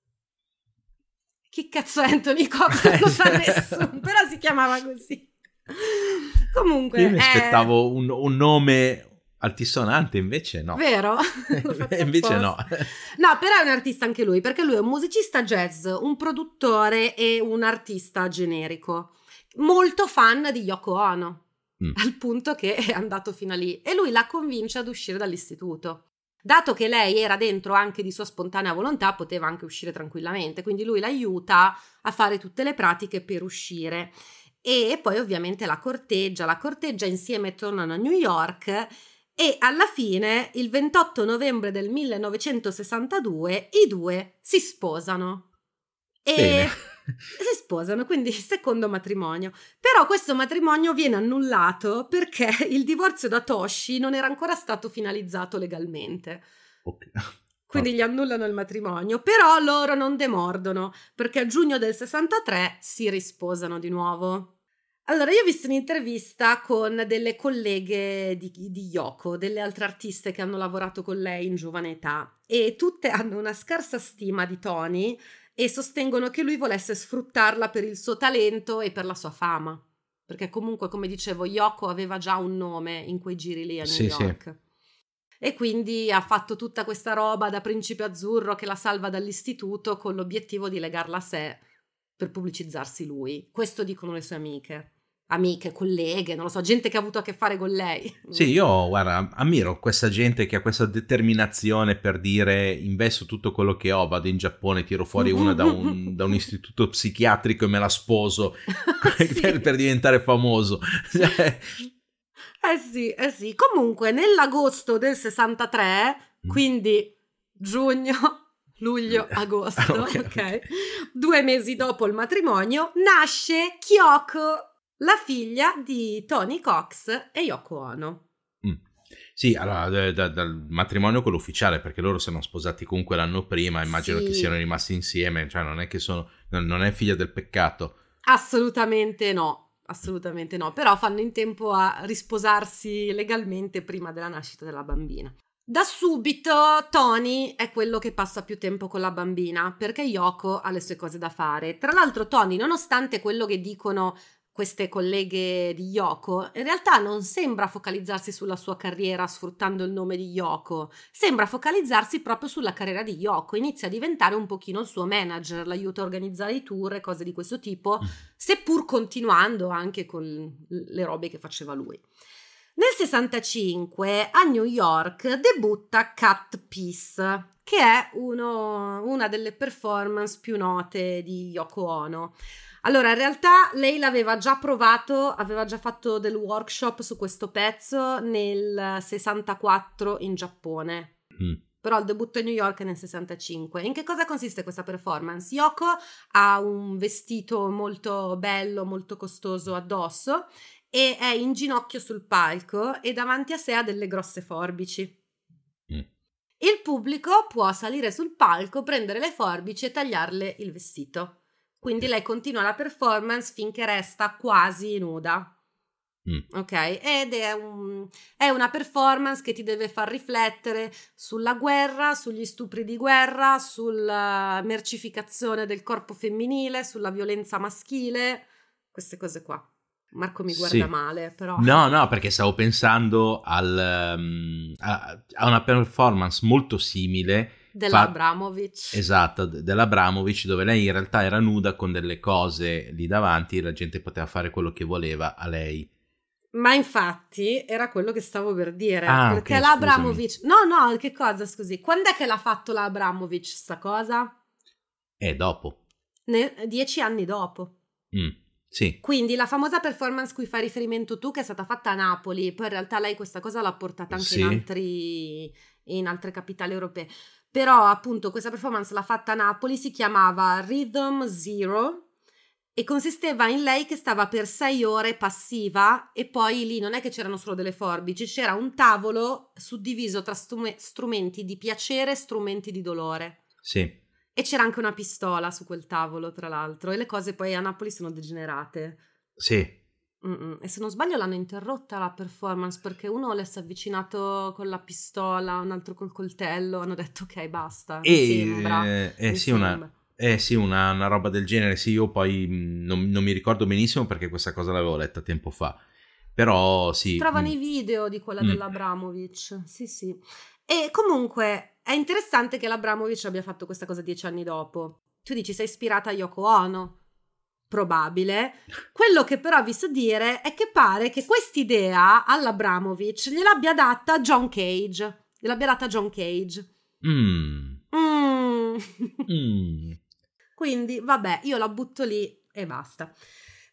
Chi cazzo è Anthony Cox? Non lo sa nessuno, però si chiamava così. Comunque io mi è... aspettavo un, un nome altisonante, invece no. Vero? Invece no. No, però è un artista anche lui, perché lui è un musicista jazz, un produttore e un artista generico, molto fan di Yoko Ono, mm. al punto che è andato fino a lì e lui la convince ad uscire dall'istituto. Dato che lei era dentro anche di sua spontanea volontà, poteva anche uscire tranquillamente, quindi lui l'aiuta a fare tutte le pratiche per uscire e poi ovviamente la corteggia, la corteggia insieme tornano a New York E alla fine, il ventotto novembre del millenovecentosessantadue, i due si sposano. E Bene. si sposano, quindi secondo matrimonio. Però questo matrimonio viene annullato perché il divorzio da Toshi non era ancora stato finalizzato legalmente. Ok. Quindi gli annullano il matrimonio, però loro non demordono, perché a giugno del sessantatré si risposano di nuvo. Allora, io ho visto un'intervista con delle colleghe di, di Yoko, delle altre artiste che hanno lavorato con lei in giovane età, e tutte hanno una scarsa stima di Tony e sostengono che lui volesse sfruttarla per il suo talento e per la sua fama. Perché comunque, come dicevo, Yoko aveva già un nome in quei giri lì a New Sì, York. sì. E quindi ha fatto tutta questa roba da principe azzurro che la salva dall'istituto con l'obiettivo di legarla a sé per pubblicizzarsi lui. Questo dicono le sue amiche. Amiche, colleghe, non lo so, gente che ha avuto a che fare con lei. Sì, io guarda, ammiro questa gente che ha questa determinazione per dire investo tutto quello che ho, vado in Giappone, tiro fuori una da un, da un istituto psichiatrico e me la sposo Sì. per, per diventare famoso. Eh sì, eh sì. Comunque, nell'agosto del sessantatré, Mm. quindi giugno, luglio, agosto, Ok, ok? ok. Due mesi dopo il matrimonio, nasce Kyoko, la figlia di Tony Cox e Yoko Ono. Mm. Sì, allora, da- da- dal matrimonio quello ufficiale, perché loro si erano sposati comunque l'anno prima, immagino Sì. che siano rimasti insieme, cioè non è che sono, non non è figlia del peccato. Assolutamente no, assolutamente no, però fanno in tempo a risposarsi legalmente prima della nascita della bambina. Da subito Tony è quello che passa più tempo con la bambina, perché Yoko ha le sue cose da fare. Tra l'altro Tony, nonostante quello che dicono queste colleghe di Yoko, in realtà non sembra focalizzarsi sulla sua carriera sfruttando il nome di Yoko, sembra focalizzarsi proprio sulla carriera di Yoko, inizia a diventare un pochino il suo manager, l'aiuta a organizzare i tour e cose di questo tipo, Mm. seppur continuando anche con le robe che faceva lui. Nel sessantacinque a New York debutta Cat Peace, che è uno, una delle performance più note di Yoko Ono. Allora, in realtà lei l'aveva già provato, aveva già fatto del workshop su questo pezzo nel sessantaquattro in Giappone. Mm. Però il debutto a New York è nel sessantacinque. In che cosa consiste questa performance? Yoko ha un vestito molto bello, molto costoso addosso e è in ginocchio sul palco e davanti a sé ha delle grosse forbici. Mm. Il pubblico può salire sul palco, prendere le forbici e tagliarle il vestito. Quindi lei continua la performance finché resta quasi nuda. Mm. Ok, ed è, un, è una performance che ti deve far riflettere sulla guerra, sugli stupri di guerra, sulla mercificazione del corpo femminile, sulla violenza maschile, queste cose qua. Marco mi guarda Sì. male, però. No, no, perché stavo pensando al, um, a, a una performance molto simile Dell'Abramovic. Fa- esatto, dell'Abramovic, dove lei in realtà era nuda con delle cose lì davanti e la gente poteva fare quello che voleva a lei. Ma infatti era quello che stavo per dire, Ah, perché ok, l'Abramovic... No, no, che cosa, scusi? Quando è che l'ha fatto l'Abramovic sta cosa? E dopo. Ne- dieci anni dopo. Mm, sì. Quindi la famosa performance cui fai riferimento tu, che è stata fatta a Napoli, poi in realtà lei questa cosa l'ha portata anche Sì. in altri, in altre capitali europee. Però appunto questa performance l'ha fatta a Napoli, si chiamava Rhythm Zero e consisteva in lei che stava per sei ore passiva e poi lì non è che c'erano solo delle forbici, c'era un tavolo suddiviso tra strum- strumenti di piacere e strumenti di dolore. Sì. E c'era anche una pistola su quel tavolo, tra l'altro, e le cose poi a Napoli sono degenerate. Sì. Mm-mm. E se non sbaglio l'hanno interrotta la performance perché uno le si è avvicinato con la pistola, un altro col coltello, hanno detto ok basta, mi E, sembra, eh, eh, mi sì, sembra. una, eh sì, una, una roba del genere. Sì, io poi mh, non, non mi ricordo benissimo perché questa cosa l'avevo letta tempo fa. Però sì. Si trovano mh, i video di quella mm. dell'Abramovic, sì sì. E comunque è interessante che l'Abramovic abbia fatto questa cosa dieci anni dopo. Tu dici sei ispirata a Yoko Ono? Probabile. Quello che però vi so dire è che pare che quest'idea all'Abramovic gliel'abbia data John Cage. Gliel'abbia data John Cage. Mm. Mm. Mm. Quindi, vabbè, io la butto lì e basta.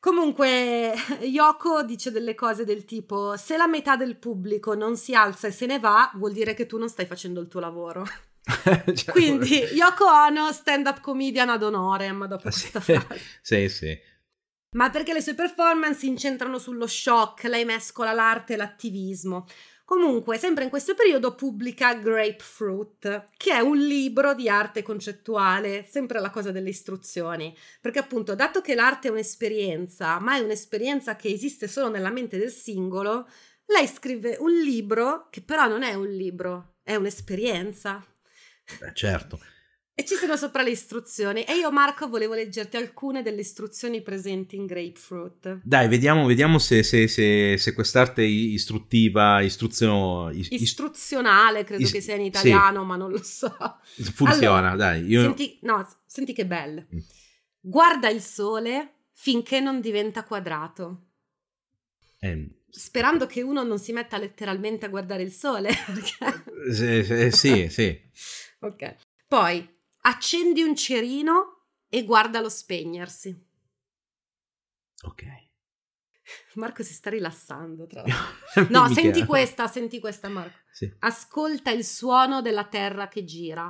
Comunque Yoko dice delle cose del tipo: se la metà del pubblico non si alza e se ne va, vuol dire che tu non stai facendo il tuo lavoro. Cioè, quindi Yoko Ono, stand up comedian ad honorem dopo sì, questa frase. Sì, sì. Ma perché le sue performance si incentrano sullo shock, lei mescola l'arte e l'attivismo. Comunque, sempre in questo periodo pubblica Grapefruit, che è un libro di arte concettuale, sempre la cosa delle istruzioni, perché appunto, dato che l'arte è un'esperienza, ma è un'esperienza che esiste solo nella mente del singolo, lei scrive un libro che però non è un libro, è un'esperienza. Beh, certo. E ci sono sopra le istruzioni. E io, Marco, volevo leggerti alcune delle istruzioni presenti in Grapefruit. Dai, vediamo, vediamo se, se, se, se quest'arte istruttiva, istruzio, is, istruzionale, credo is, che sia in italiano, sì. Ma non lo so. Funziona, allora, dai. Io... Senti, no, senti che bello. Mm. Guarda il sole finché non diventa quadrato. Eh. Sperando che uno non si metta letteralmente a guardare il sole. Perché... sì, sì, sì, sì. Ok. Poi accendi un cerino e guardalo spegnersi. Ok. Marco si sta rilassando, tra l'altro. No, senti questa, senti questa, Marco. Sì. Ascolta il suono della terra che gira.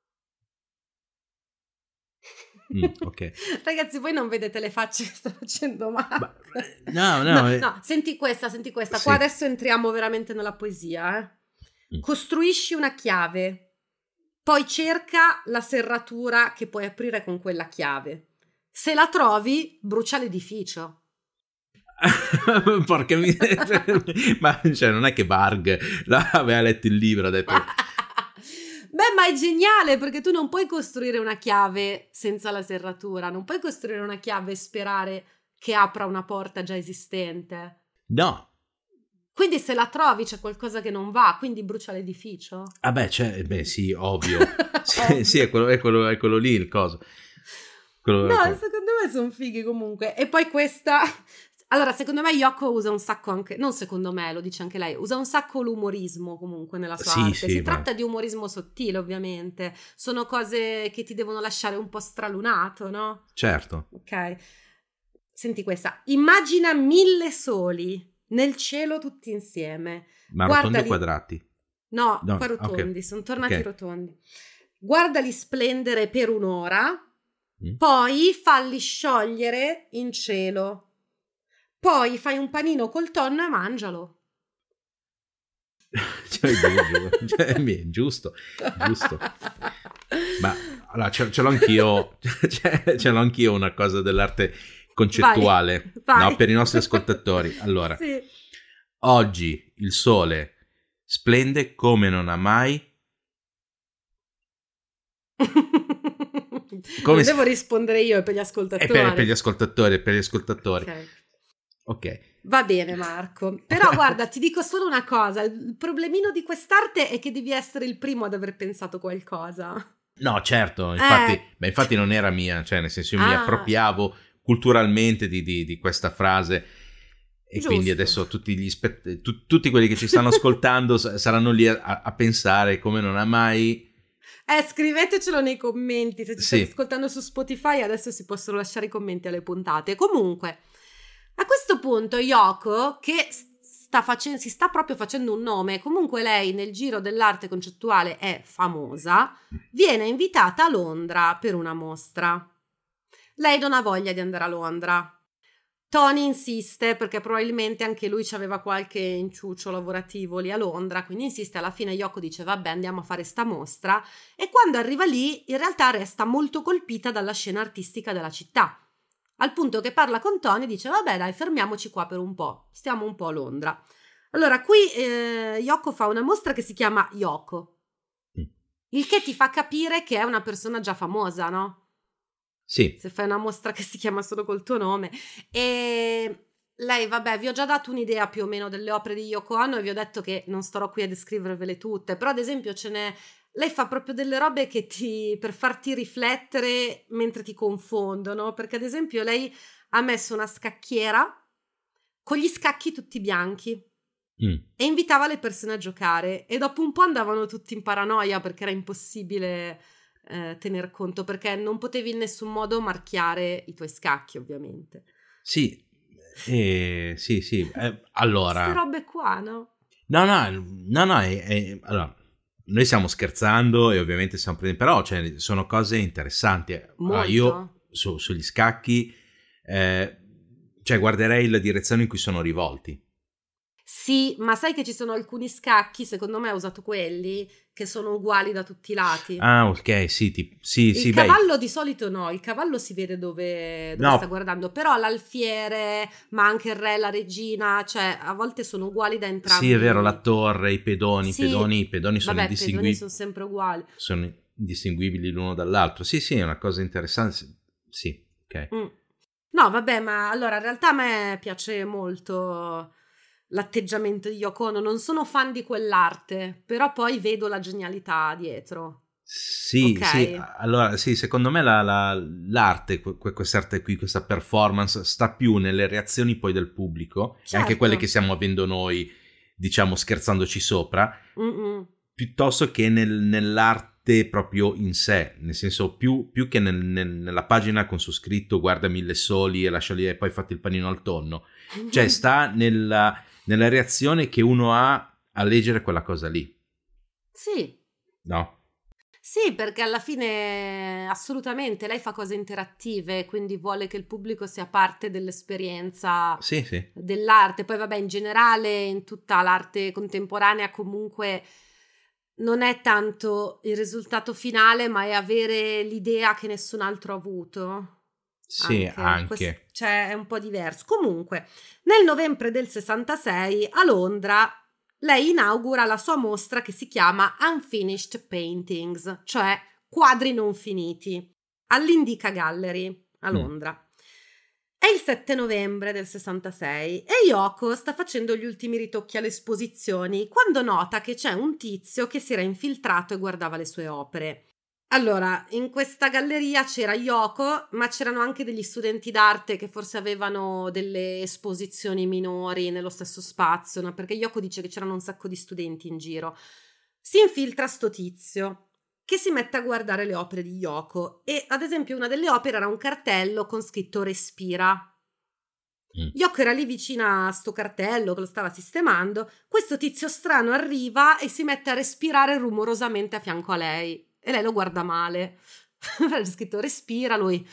Mm, ok. Ragazzi, voi non vedete le facce che sto facendo male. Ma, no, no, no, eh. no, senti questa, senti questa. Sì. Qua adesso entriamo veramente nella poesia. Eh? Mm. Costruisci una chiave. Poi cerca la serratura che puoi aprire con quella chiave. Se la trovi, brucia l'edificio. Porca mi... Ma cioè, non è che Varg aveva letto il libro, ha detto... Beh, ma è geniale, perché tu non puoi costruire una chiave senza la serratura. Non puoi costruire una chiave e sperare che apra una porta già esistente. No. Quindi se la trovi c'è qualcosa che non va, quindi brucia l'edificio? Ah beh, cioè, beh sì, ovvio. sì, sì, è quello, è, quello, è quello lì il coso. Quello, no, quello. Secondo me sono fighi comunque. E poi questa... Allora, secondo me Yoko usa un sacco anche... Non secondo me, lo dice anche lei. Usa un sacco l'umorismo comunque nella sua sì, arte. Sì, si ma... tratta di umorismo sottile, ovviamente. Sono cose che ti devono lasciare un po' stralunato, no? Certo. Ok. Senti questa. Immagina mille soli nel cielo tutti insieme. Ma rotondi o quadrati? No, no, qua rotondi, okay. Sono tornati okay. rotondi. Guardali splendere per un'ora, mm. poi falli sciogliere in cielo. Poi fai un panino col tonno e mangialo. cioè, cioè, giusto, giusto. Ma allora, ce, ce l'ho anch'io, ce, ce l'ho anch'io una cosa dell'arte concettuale, vai, vai. No, per i nostri ascoltatori. Allora, sì. Oggi il sole splende come non ha mai. Come non devo si... rispondere io, è per gli ascoltatori. È per, per gli ascoltatori, per gli ascoltatori. Ok. Ok. Va bene, Marco. Però guarda, ti dico solo una cosa. Il problemino di quest'arte è che devi essere il primo ad aver pensato qualcosa. No, certo. Infatti, eh. beh, infatti non era mia. Cioè, nel senso, io ah. mi appropriavo culturalmente di, di, di questa frase. E Giusto. Quindi adesso tutti, gli spe- tu, tutti quelli che ci stanno ascoltando saranno lì a, a pensare come non ha mai... Eh, scrivetecelo nei commenti. Se ci sì. state ascoltando su Spotify adesso si possono lasciare i commenti alle puntate. Comunque, a questo punto Yoko, che sta facendo, si sta proprio facendo un nome, comunque lei nel giro dell'arte concettuale è famosa, viene invitata a Londra per una mostra. Lei non ha voglia di andare a Londra. Tony insiste perché probabilmente anche lui aveva qualche inciuccio lavorativo lì a Londra, quindi insiste. Alla fine Yoko dice vabbè, andiamo a fare sta mostra, e quando arriva lì in realtà resta molto colpita dalla scena artistica della città, al punto che parla con Tony e dice vabbè dai, fermiamoci qua per un po', stiamo un po' a Londra. Allora qui eh, Yoko fa una mostra che si chiama Yoko, il che ti fa capire che è una persona già famosa, no? Sì. Se fai una mostra che si chiama solo col tuo nome. E lei, vabbè, vi ho già dato un'idea più o meno delle opere di Yoko Ono e vi ho detto che non starò qui a descrivervele tutte, però ad esempio ce n'è, lei fa proprio delle robe che ti, per farti riflettere mentre ti confondono, perché ad esempio lei ha messo una scacchiera con gli scacchi tutti bianchi mm. e invitava le persone a giocare, e dopo un po' andavano tutti in paranoia perché era impossibile Eh, tener conto, perché non potevi in nessun modo marchiare i tuoi scacchi, ovviamente. Sì, eh, sì, sì. Eh, allora... Queste robe qua, no? No, no, no, no, è, è, allora, noi stiamo scherzando e ovviamente stiamo prendendo, però cioè, sono cose interessanti. Allora, io Molto. su, sugli scacchi, eh, cioè guarderei la direzione in cui sono rivolti. Sì, ma sai che ci sono alcuni scacchi, secondo me ho usato quelli, che sono uguali da tutti i lati. Ah, ok, sì, ti, sì, Il sì, beh, cavallo di solito no, il cavallo si vede dove, dove sta no, guardando, però l'alfiere, ma anche il re, la regina, cioè a volte sono uguali da sì, è vero, la entrambi. torre, i pedoni, i Sì, pedoni, i pedoni sono vabbè, i pedoni sono indistinguibili, sempre uguali. sono indistinguibili l'uno dall'altro. Sì, sì, è una cosa interessante, sì, sì, ok. Mm. No, vabbè, ma allora in realtà a me piace molto l'atteggiamento di Yoko Ono, non sono fan di quell'arte, però poi vedo la genialità dietro. Sì, sì, Ok? allora sì, secondo me la, la- l'arte, que- que- quest'arte qui, questa performance sta più nelle reazioni poi del pubblico e anche quelle che Certo. stiamo avendo noi, diciamo scherzandoci sopra, Mm-mm. piuttosto che nel- nell'arte proprio in sé, nel senso più, più che nel- nel- nella pagina con su scritto guarda mille soli e lascia lì e poi fatti il panino al tonno, cioè sta nella, nella reazione che uno ha a leggere quella cosa lì, Sì. no? Sì, perché alla fine assolutamente lei fa cose interattive, quindi vuole che il pubblico sia parte dell'esperienza Sì, sì. dell'arte. Poi vabbè, in generale, in tutta l'arte contemporanea comunque non è tanto il risultato finale, ma è avere l'idea che nessun altro ha avuto. Sì, Anche, Quest- anche. cioè è un po' diverso. Comunque, nel novembre del sessantasei a Londra lei inaugura la sua mostra che si chiama Unfinished Paintings, cioè quadri non finiti, all'Indica Gallery a Mm. Londra. È il sette novembre del sessantasei e Yoko sta facendo gli ultimi ritocchi alle esposizioni quando nota che c'è un tizio che si era infiltrato e guardava le sue opere. Allora, in questa galleria c'era Yoko, ma c'erano anche degli studenti d'arte che forse avevano delle esposizioni minori nello stesso spazio, no? Perché Yoko dice che c'erano un sacco di studenti in giro. Si infiltra sto tizio che si mette a guardare le opere di Yoko e, ad esempio, una delle opere era un cartello con scritto Respira. Mm. Yoko era lì vicina a sto cartello che lo stava sistemando. Questo tizio strano arriva e si mette a respirare rumorosamente a fianco a lei. E lei lo guarda male. C'è scritto respira, lui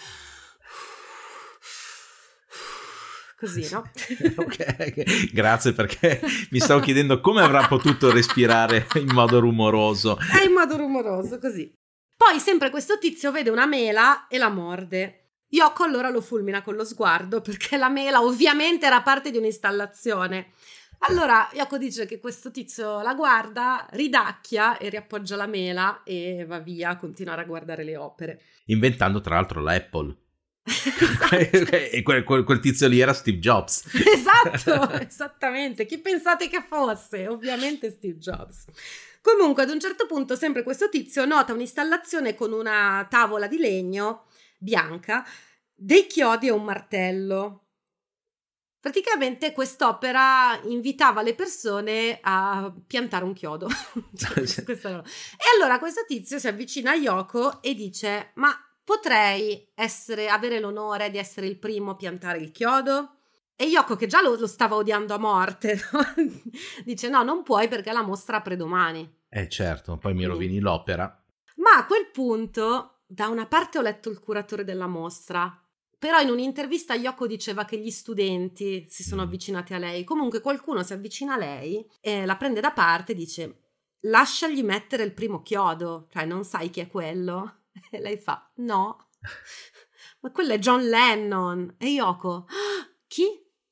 così, no? Ok, grazie perché mi stavo chiedendo come avrà potuto respirare in modo rumoroso. È in modo rumoroso, così. Poi sempre questo tizio vede una mela e la morde. Yoko allora lo fulmina con lo sguardo perché la mela ovviamente era parte di un'installazione. Allora Yoko dice che questo tizio la guarda, ridacchia e riappoggia la mela e va via a continuare a guardare le opere. Inventando tra l'altro la Apple. Esatto. E quel, quel- quel tizio lì era Steve Jobs. Esatto, esattamente. Chi pensate che fosse? Ovviamente Steve Jobs. Comunque, ad un certo punto, sempre questo tizio nota un'installazione con una tavola di legno bianca, dei chiodi e un martello. Praticamente quest'opera invitava le persone a piantare un chiodo. Cioè, questa- questa roba. E allora questo tizio si avvicina a Yoko e dice: ma potrei essere, avere l'onore di essere il primo a piantare il chiodo? E Yoko, che già lo, lo stava odiando a morte, no? Dice: no, non puoi perché la mostra apre domani. Eh certo, poi mi Quindi- rovini l'opera. Ma a quel punto, da una parte ho letto il curatore della mostra, però in un'intervista Yoko diceva che gli studenti si sono Mm. avvicinati a lei. Comunque qualcuno si avvicina a lei e la prende da parte e dice: lasciagli mettere il primo chiodo, cioè non sai chi è quello? E lei fa: no, ma quello è John Lennon. E Yoko: "Ah, chi?"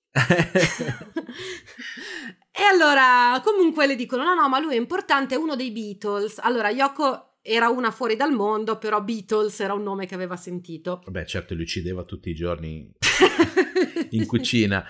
E allora comunque le dicono: no no, ma lui è importante, è uno dei Beatles. Allora Yoko era una fuori dal mondo, però Beatles era un nome che aveva sentito. Vabbè, certo, li uccideva tutti i giorni in cucina.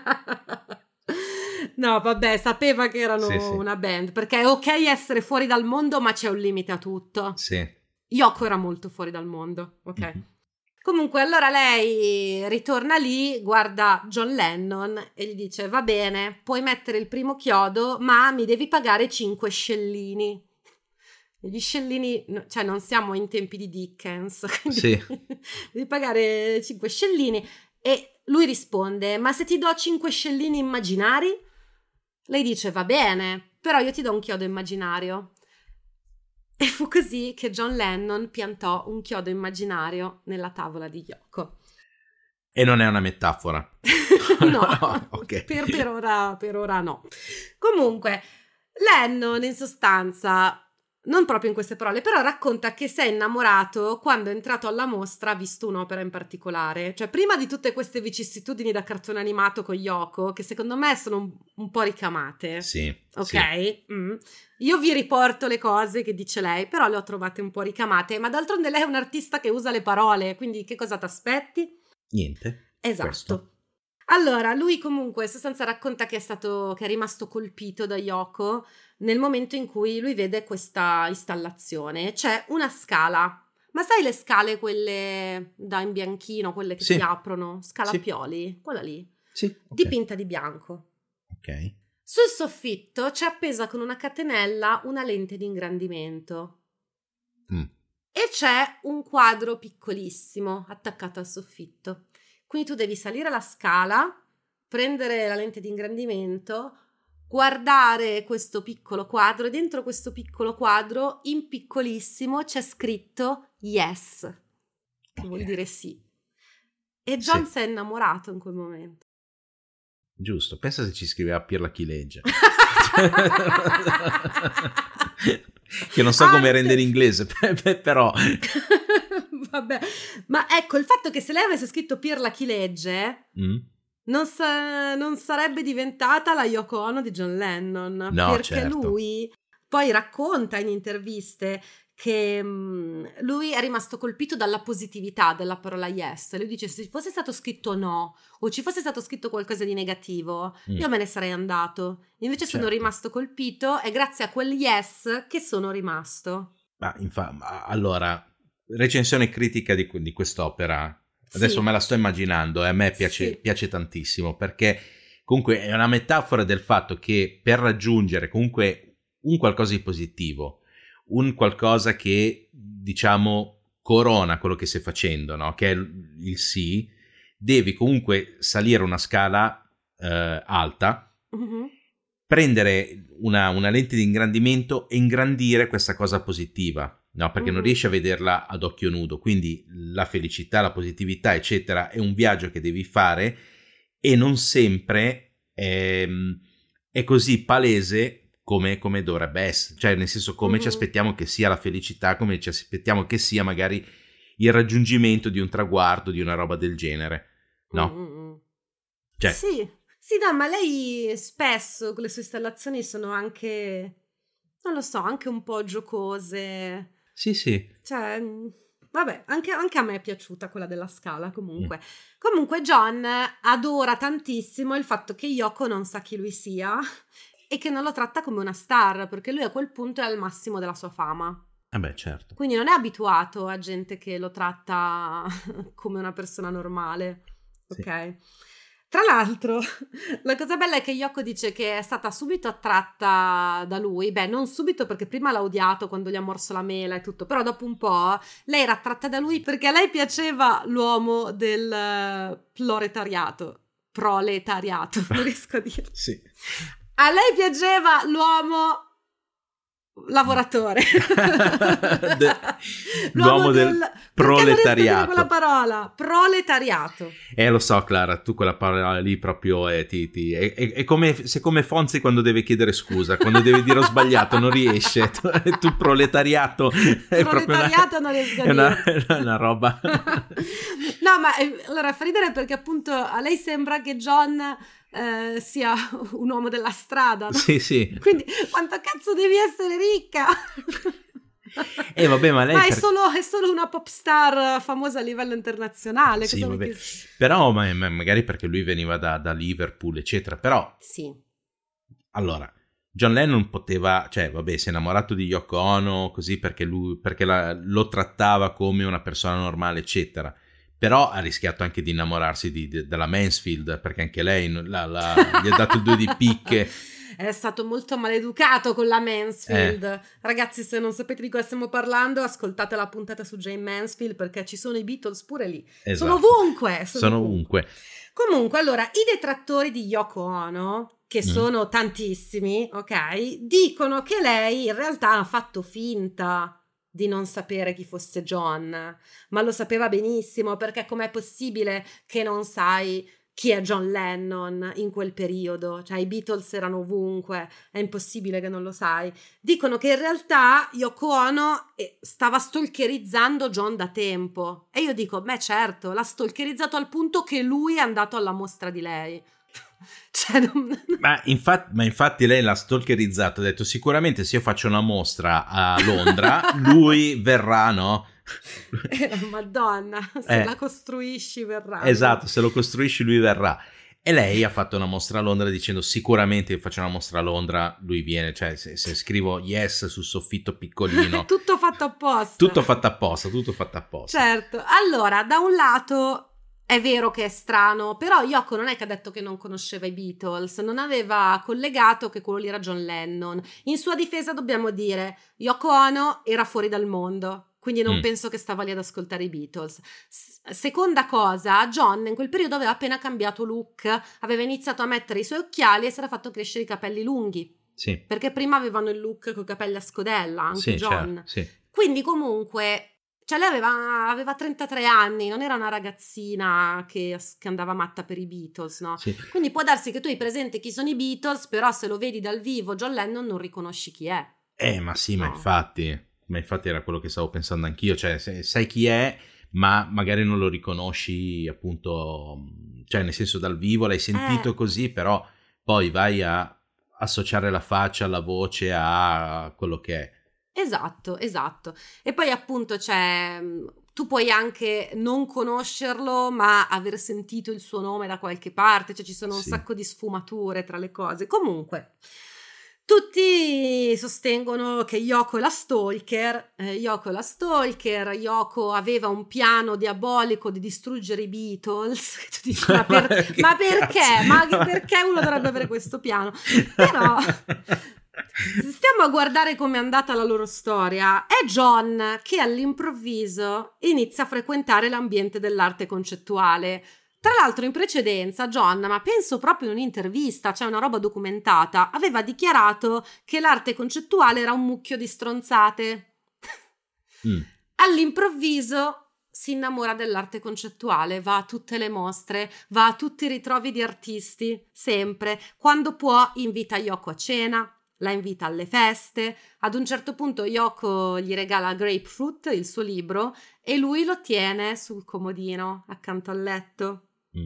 No, vabbè, sapeva che erano Sì, sì. una band, perché è ok essere fuori dal mondo, ma c'è un limite a tutto. Sì. Yoko era molto fuori dal mondo, ok? Mhm. Comunque, allora lei ritorna lì, guarda John Lennon e gli dice: va bene, puoi mettere il primo chiodo, ma mi devi pagare cinque scellini. E gli scellini, no, cioè non siamo in tempi di Dickens, quindi Sì. devi pagare cinque scellini. E lui risponde: ma se ti do cinque scellini immaginari? Lei dice: va bene, però io ti do un chiodo immaginario. E fu così che John Lennon piantò un chiodo immaginario nella tavola di Yoko. E non è una metafora? No, no okay. per, per, ora, per ora no. Comunque, Lennon in sostanza, non proprio in queste parole, però racconta che si è innamorato quando è entrato alla mostra, ha visto un'opera in particolare. Cioè, prima di tutte queste vicissitudini da cartone animato con Yoko, che secondo me sono un, un po' ricamate. Sì. Ok? Sì. Mm. Io vi riporto le cose che dice lei, però le ho trovate un po' ricamate. Ma d'altronde lei è un artista che usa le parole, quindi che cosa ti aspetti? Niente. Esatto. Questo. Allora, lui comunque in sostanza racconta che è stato, che è rimasto colpito da Yoko nel momento in cui lui vede questa installazione. C'è una scala, ma sai le scale quelle da imbianchino, quelle che sì. si aprono? Scala sì. a pioli, quella lì, sì, okay. dipinta di bianco. Ok. Sul soffitto c'è appesa con una catenella una lente di ingrandimento. Mm. E c'è un quadro piccolissimo attaccato al soffitto. Quindi tu devi salire la scala, prendere la lente di ingrandimento, guardare questo piccolo quadro e dentro questo piccolo quadro, in piccolissimo, c'è scritto yes, che okay. vuol dire sì. E John sì. si è innamorato in quel momento. Giusto, pensa se ci scriveva Pirla chi legge. Che non so come rendere in inglese, però... Vabbè, ma ecco, il fatto che se lei avesse scritto Pirla chi legge... Mm. Non, sa- non sarebbe diventata la Yoko Ono di John Lennon, no, perché certo. lui poi racconta in interviste che mh, lui è rimasto colpito dalla positività della parola yes. Lui dice: se ci fosse stato scritto no o ci fosse stato scritto qualcosa di negativo, mm. io me ne sarei andato. Invece certo. sono rimasto colpito, è grazie a quel yes che sono rimasto. Ma infatti, allora, recensione critica di, di quest'opera. Adesso sì. me la sto immaginando e a me piace, sì. piace tantissimo, perché comunque è una metafora del fatto che per raggiungere comunque un qualcosa di positivo, un qualcosa che diciamo corona quello che stai facendo, no? Che è il, il sì, devi comunque salire una scala eh, alta, mm-hmm. prendere una, una lente di ingrandimento e ingrandire questa cosa positiva. No, perché mm. non riesci a vederla ad occhio nudo, quindi la felicità, la positività, eccetera, è un viaggio che devi fare e non sempre è, è così palese come, come dovrebbe essere, cioè nel senso come mm-hmm. ci aspettiamo che sia la felicità, come ci aspettiamo che sia magari il raggiungimento di un traguardo, di una roba del genere, no? Mm-hmm. Cioè, sì, sì, no, ma lei spesso con le sue installazioni sono anche, non lo so, anche un po' giocose. Sì, sì. Cioè, vabbè, anche, anche a me è piaciuta quella della scala, comunque. Mm. Comunque John adora tantissimo il fatto che Yoko non sa chi lui sia e che non lo tratta come una star, perché lui a quel punto è al massimo della sua fama. Eh beh, certo. Quindi non è abituato a gente che lo tratta come una persona normale, sì. Ok? Tra l'altro, la cosa bella è che Yoko dice che è stata subito attratta da lui. Beh, non subito, perché prima l'ha odiato quando gli ha morso la mela e tutto, però dopo un po' lei era attratta da lui perché a lei piaceva l'uomo del proletariato. Proletariato, non riesco a dirlo. Sì. A lei piaceva l'uomo lavoratore. De, l'uomo del, del proletariato. Quella parola, proletariato. Eh, lo so, Clara, tu quella parola lì proprio è, ti, ti, è, è, è come se come Fonzi quando deve chiedere scusa, quando deve dire ho sbagliato, non riesce. Tu, tu proletariato è proletariato una, non riesco a è una, dire. È una roba. No, ma allora fa ridere perché appunto a lei sembra che John Eh, sia un uomo della strada, no? Sì, sì. Quindi quanto cazzo devi essere ricca? Eh vabbè, ma lei ma è, per... solo, è solo una pop star famosa a livello internazionale. Sì, vabbè. Che... Però ma, ma magari perché lui veniva da, da Liverpool, eccetera. Però sì. Allora, John Lennon poteva, cioè vabbè, si è innamorato di Yoko Ono così perché lui perché la, lo trattava come una persona normale, eccetera. Però ha rischiato anche di innamorarsi di, di, della Mansfield, perché anche lei la, la, gli ha dato il due di picche. è stato molto maleducato con la Mansfield. Eh. Ragazzi, se non sapete di cosa stiamo parlando, ascoltate la puntata su Jane Mansfield, perché ci sono i Beatles pure lì. Esatto. Sono ovunque. Sono, sono ovunque. ovunque. Comunque, allora, i detrattori di Yoko Ono, che mm. sono tantissimi, ok, dicono che lei in realtà ha fatto finta di non sapere chi fosse John, ma lo sapeva benissimo, perché com'è possibile che non sai chi è John Lennon in quel periodo? Cioè, i Beatles erano ovunque, è impossibile che non lo sai. Dicono che in realtà Yoko Ono stava stalkerizzando John da tempo, e io dico, beh certo, l'ha stalkerizzato al punto che lui è andato alla mostra di lei. Cioè, non... ma, infatti, ma infatti lei l'ha stalkerizzato, ha detto sicuramente se io faccio una mostra a Londra lui verrà, no? Eh, Madonna, se eh, la costruisci verrà. Esatto, se lo costruisci lui verrà. E lei ha fatto una mostra a Londra dicendo sicuramente faccio una mostra a Londra, lui viene, cioè se, se scrivo yes sul soffitto piccolino. Tutto fatto apposta. Tutto fatto apposta, tutto fatto apposta. Certo, allora da un lato è vero che è strano, però Yoko non è che ha detto che non conosceva i Beatles, non aveva collegato che quello lì era John Lennon. In sua difesa dobbiamo dire, Yoko Ono era fuori dal mondo, quindi non mm. penso che stava lì ad ascoltare i Beatles. S- seconda cosa, John in quel periodo aveva appena cambiato look, aveva iniziato a mettere i suoi occhiali e si era fatto crescere i capelli lunghi. Sì. Perché prima avevano il look con i capelli a scodella, anche sì, John. Certo, sì. Quindi comunque... Cioè lei aveva, aveva trentatré anni, non era una ragazzina che, che andava matta per i Beatles, no? Sì. Quindi può darsi che tu hai presente chi sono i Beatles, però se lo vedi dal vivo John Lennon non riconosci chi è. Eh, ma sì, no. ma infatti, ma infatti era quello che stavo pensando anch'io, cioè se, sai chi è, ma magari non lo riconosci appunto, cioè nel senso dal vivo l'hai sentito eh. così, però poi vai a associare la faccia, la voce a quello che è. Esatto, esatto. E poi appunto c'è, tu puoi anche non conoscerlo, ma aver sentito il suo nome da qualche parte, cioè ci sono un sì. sacco di sfumature tra le cose. Comunque, tutti sostengono che Yoko è la stalker, eh, Yoko è la stalker, Yoko aveva un piano diabolico di distruggere i Beatles. Tu dici, ma, per, ma perché? Ma perché uno dovrebbe avere questo piano? Però... Se stiamo a guardare come è andata la loro storia, è John che all'improvviso inizia a frequentare l'ambiente dell'arte concettuale. Tra l'altro in precedenza John, ma penso proprio in un'intervista, c'è cioè una roba documentata, aveva dichiarato che l'arte concettuale era un mucchio di stronzate. Mm. All'improvviso si innamora dell'arte concettuale, va a tutte le mostre, va a tutti i ritrovi di artisti, sempre. Quando può invita Yoko a cena, la invita alle feste, ad un certo punto Yoko gli regala Grapefruit, il suo libro, e lui lo tiene sul comodino accanto al letto. Mm.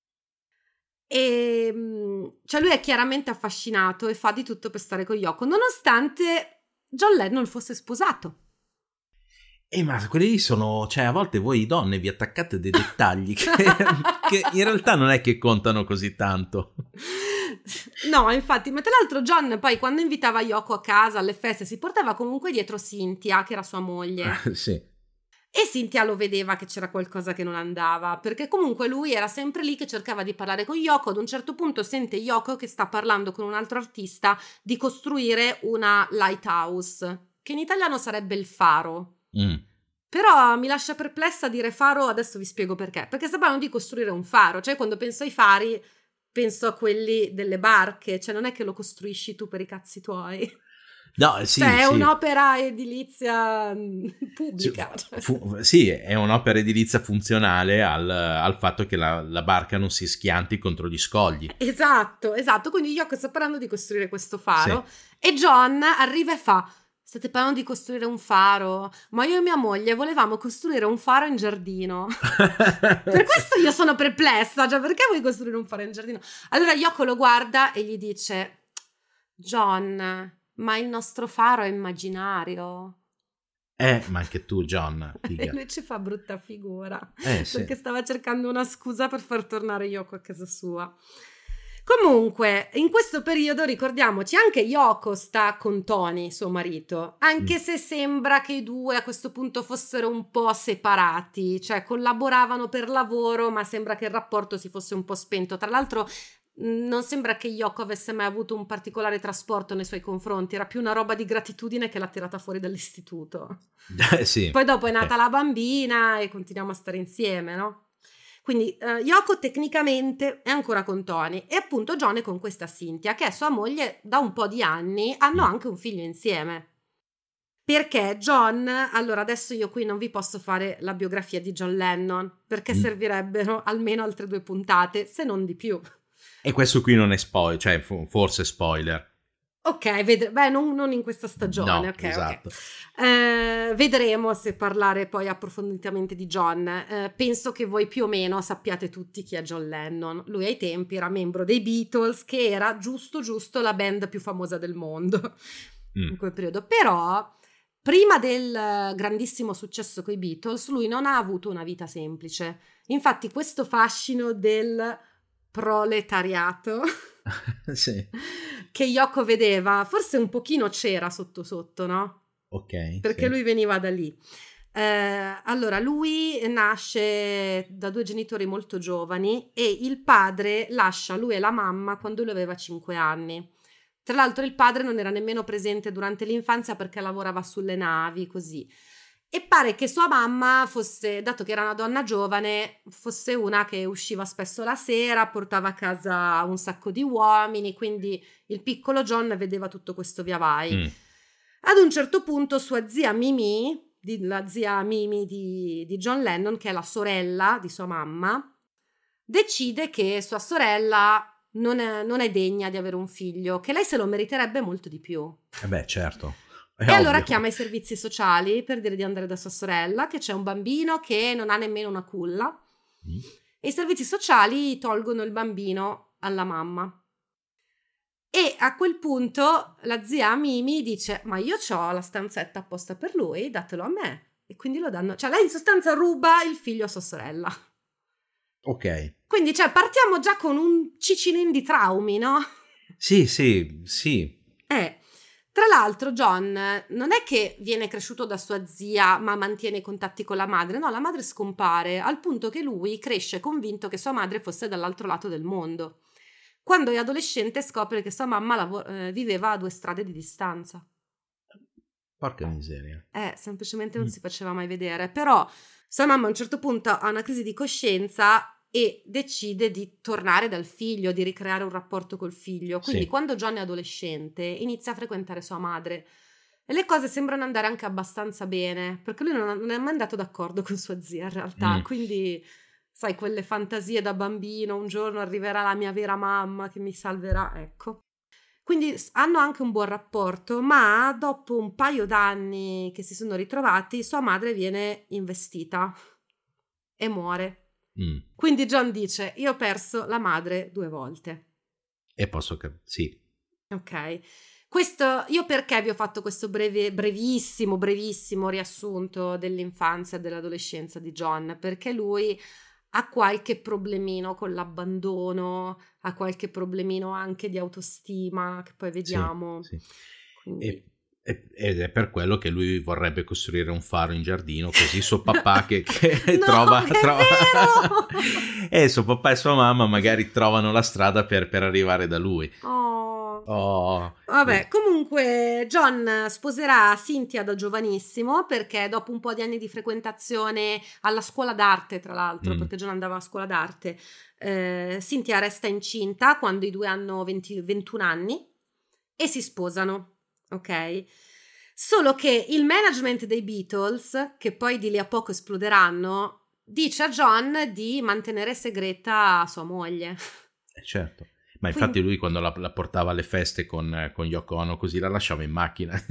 E cioè lui è chiaramente affascinato e fa di tutto per stare con Yoko, nonostante John Lennon fosse sposato. Eh, ma quelli lì sono, cioè a volte voi donne vi attaccate dei dettagli che, che in realtà non è che contano così tanto. No, infatti, ma tra l'altro John poi quando invitava Yoko a casa alle feste si portava comunque dietro Cynthia, che era sua moglie. Sì. E Cynthia lo vedeva che c'era qualcosa che non andava, perché comunque lui era sempre lì che cercava di parlare con Yoko. Ad un certo punto sente Yoko che sta parlando con un altro artista di costruire una lighthouse, che in italiano sarebbe il faro. Mm. Però mi lascia perplessa dire faro, adesso vi spiego perché. Perché sta parlando di costruire un faro, cioè quando penso ai fari penso a quelli delle barche, cioè non è che lo costruisci tu per i cazzi tuoi. No, sì, cioè è sì. un'opera edilizia pubblica. Sì, fu- sì, è un'opera edilizia funzionale al, al fatto che la, la barca non si schianti contro gli scogli. Esatto, esatto. Quindi Yoko sta parlando di costruire questo faro, sì. E John arriva e fa: state parlando di costruire un faro? Ma io e mia moglie volevamo costruire un faro in giardino. Per questo io sono perplessa, cioè perché vuoi costruire un faro in giardino? Allora Yoko lo guarda e gli dice: John, ma il nostro faro è immaginario. Eh, ma anche tu, John. E lui ci fa brutta figura, eh, sì. perché stava cercando una scusa per far tornare Yoko a casa sua. Comunque, in questo periodo, ricordiamoci, anche Yoko sta con Tony, suo marito, anche mm. se sembra che i due a questo punto fossero un po' separati, cioè collaboravano per lavoro, ma sembra che il rapporto si fosse un po' spento. Tra l'altro, non sembra che Yoko avesse mai avuto un particolare trasporto nei suoi confronti, era più una roba di gratitudine che l'ha tirata fuori dall'istituto. Eh, sì. Poi dopo è nata eh. la bambina e continuiamo a stare insieme, no? Quindi uh, Yoko tecnicamente è ancora con Tony e appunto John è con questa Cynthia, che è sua moglie da un po' di anni, hanno Mm. anche un figlio insieme. Perché John, allora adesso io qui non vi posso fare la biografia di John Lennon, perché Mm. servirebbero almeno altre due puntate, se non di più. E questo qui non è spoiler, cioè fo- forse spoiler. Ok, ved- beh, non, non in questa stagione, No, ok, esatto. ok. Eh, vedremo se parlare poi approfonditamente di John. Eh, penso che voi più o meno sappiate tutti chi è John Lennon. Lui ai tempi era membro dei Beatles, che era giusto giusto la band più famosa del mondo Mm. in quel periodo. Però prima del grandissimo successo coi Beatles, lui non ha avuto una vita semplice. Infatti questo fascino del proletariato Sì. che Yoko vedeva, forse un pochino c'era sotto sotto, no? Ok. Perché sì. lui veniva da lì. Eh, allora, lui nasce da due genitori molto giovani e il padre lascia lui e la mamma quando lui aveva cinque anni. Tra l'altro il padre non era nemmeno presente durante l'infanzia perché lavorava sulle navi, così. E pare che sua mamma fosse, dato che era una donna giovane, fosse una che usciva spesso la sera, portava a casa un sacco di uomini, quindi il piccolo John vedeva tutto questo via vai. Mm. Ad un certo punto sua zia Mimi, di, la zia Mimi di, di John Lennon, che è la sorella di sua mamma, decide che sua sorella non è, non è degna di avere un figlio, che lei se lo meriterebbe molto di più. Eh beh, certo. È E allora ovvio. chiama i servizi sociali per dire di andare da sua sorella, che c'è un bambino che non ha nemmeno una culla, Mm. e i servizi sociali tolgono il bambino alla mamma. E a quel punto la zia Mimi dice: ma io c'ho la stanzetta apposta per lui, datelo a me. E quindi lo danno, cioè lei in sostanza ruba il figlio a sua sorella. Ok. Quindi cioè partiamo già con un cicinin di traumi, no? Sì, sì, sì. Eh, tra l'altro John non è che viene cresciuto da sua zia ma mantiene i contatti con la madre, no, la madre scompare al punto che lui cresce convinto che sua madre fosse dall'altro lato del mondo. Quando è adolescente scopre che sua mamma lav- eh, viveva a due strade di distanza. Porca miseria. Eh, semplicemente non Mm. si faceva mai vedere, però sua mamma a un certo punto ha una crisi di coscienza e decide di tornare dal figlio, di ricreare un rapporto col figlio. Quindi Sì. quando John è adolescente inizia a frequentare sua madre e le cose sembrano andare anche abbastanza bene, perché lui non, non è mai andato d'accordo con sua zia in realtà, Mm. quindi sai, quelle fantasie da bambino, un giorno arriverà la mia vera mamma che mi salverà, ecco. Quindi s- hanno anche un buon rapporto, ma dopo un paio d'anni che si sono ritrovati, sua madre viene investita e muore. Mm. Quindi John dice: io ho perso la madre due volte. E posso capire. Sì. Ok. Questo, io perché vi ho fatto questo breve, brevissimo, brevissimo riassunto dell'infanzia e dell'adolescenza di John? Perché lui ha qualche problemino con l'abbandono, ha qualche problemino anche di autostima, che poi vediamo. Sì, sì. Quindi... E, e- ed è per quello che lui vorrebbe costruire un faro in giardino, così suo papà che, che No, trova... è trova... vero! e suo papà e sua mamma magari trovano la strada per, per arrivare da lui. Oh. Oh. Vabbè, comunque John sposerà Cynthia da giovanissimo perché dopo un po' di anni di frequentazione alla scuola d'arte, tra l'altro, Mm. perché John andava a scuola d'arte, eh, Cynthia resta incinta quando i due hanno venti, ventuno anni e si sposano, ok? Solo che il management dei Beatles, che poi di lì a poco esploderanno, dice a John di mantenere segreta sua moglie. Eh, certo. Ma Quindi- infatti lui quando la, la portava alle feste con, con Yoko Ono così la lasciava in macchina.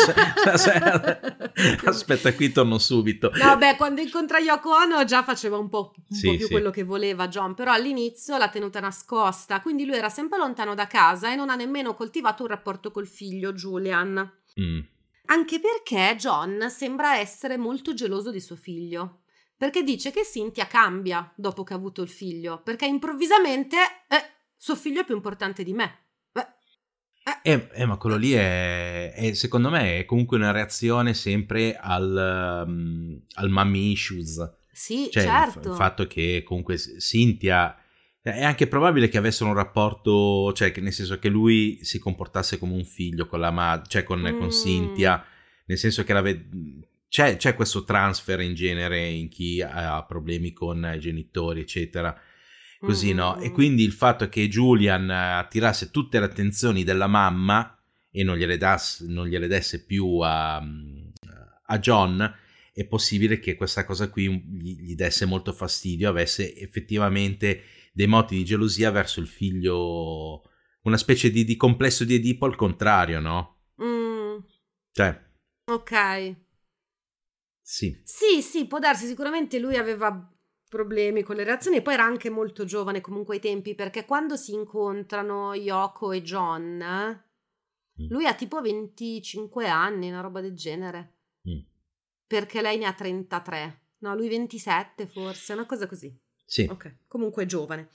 Aspetta, qui torno subito. No, beh, quando incontra Yoko Ono già faceva un po', un Sì, po' più sì. quello che voleva John, però all'inizio l'ha tenuta nascosta, quindi lui era sempre lontano da casa e non ha nemmeno coltivato un rapporto col figlio Julian. Mm. Anche perché John sembra essere molto geloso di suo figlio, perché dice che Cynthia cambia dopo che ha avuto il figlio, perché improvvisamente eh, suo figlio è più importante di me. Eh, eh, ma quello lì è, è- secondo me è comunque una reazione sempre al, um, al mommy issues. Sì, Cioè il, f- certo. il fatto che comunque S- Cynthia È anche probabile che avessero un rapporto, cioè che nel senso che lui si comportasse come un figlio con la madre, cioè con, mm. con Cynthia, nel senso che la ve- c'è, c'è questo transfer in genere in chi ha problemi con i genitori, eccetera, così, mm. no? E quindi il fatto che Julian attirasse tutte le attenzioni della mamma e non gliele, dasse, non gliele desse più a, a John, è possibile che questa cosa qui gli, gli desse molto fastidio, avesse effettivamente dei moti di gelosia verso il figlio, una specie di, di complesso di Edipo al contrario, no? Mm. Cioè. Ok. Sì. Sì, sì, può darsi, sicuramente lui aveva problemi con le reazioni e poi era anche molto giovane comunque ai tempi, perché quando si incontrano Yoko e John, mm. lui ha tipo venticinque anni, una roba del genere. Mm. Perché lei ne ha trentatré. No, lui ventisette forse, una cosa così. Sì. Ok, comunque è giovane.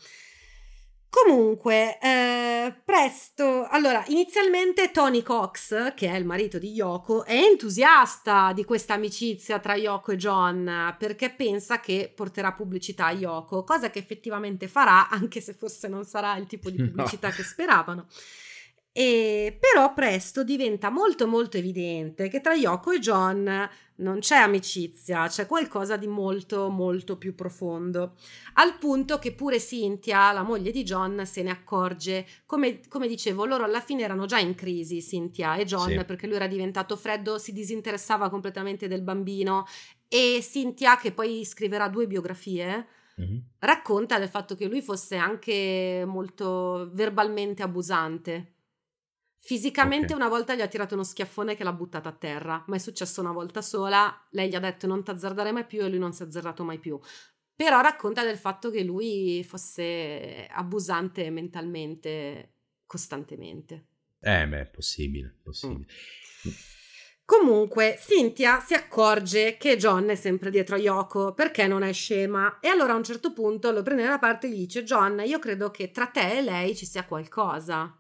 Comunque, eh, presto, allora, inizialmente Tony Cox, che è il marito di Yoko, è entusiasta di questa amicizia tra Yoko e John, perché pensa che porterà pubblicità a Yoko, cosa che effettivamente farà, anche se forse non sarà il tipo di pubblicità no. che speravano. E però presto diventa molto molto evidente che tra Yoko e John non c'è amicizia, c'è qualcosa di molto molto più profondo, al punto che pure Cynthia, la moglie di John, se ne accorge. Come, come dicevo, loro alla fine erano già in crisi, Cynthia e John, sì. perché lui era diventato freddo, si disinteressava completamente del bambino, e Cynthia, che poi scriverà due biografie, mm-hmm. racconta del fatto che lui fosse anche molto verbalmente abusante. Fisicamente okay. una volta gli ha tirato uno schiaffone che l'ha buttata a terra, ma è successo una volta sola. Lei gli ha detto non t'azzardare mai più e lui non si è azzardato mai più. Però racconta del fatto che lui fosse abusante mentalmente costantemente. Eh beh, è possibile, possibile. Mm. Comunque Cynthia si accorge che John è sempre dietro a Yoko perché non è scema, e allora a un certo punto lo prende da parte e gli dice: John, io credo che tra te e lei ci sia qualcosa.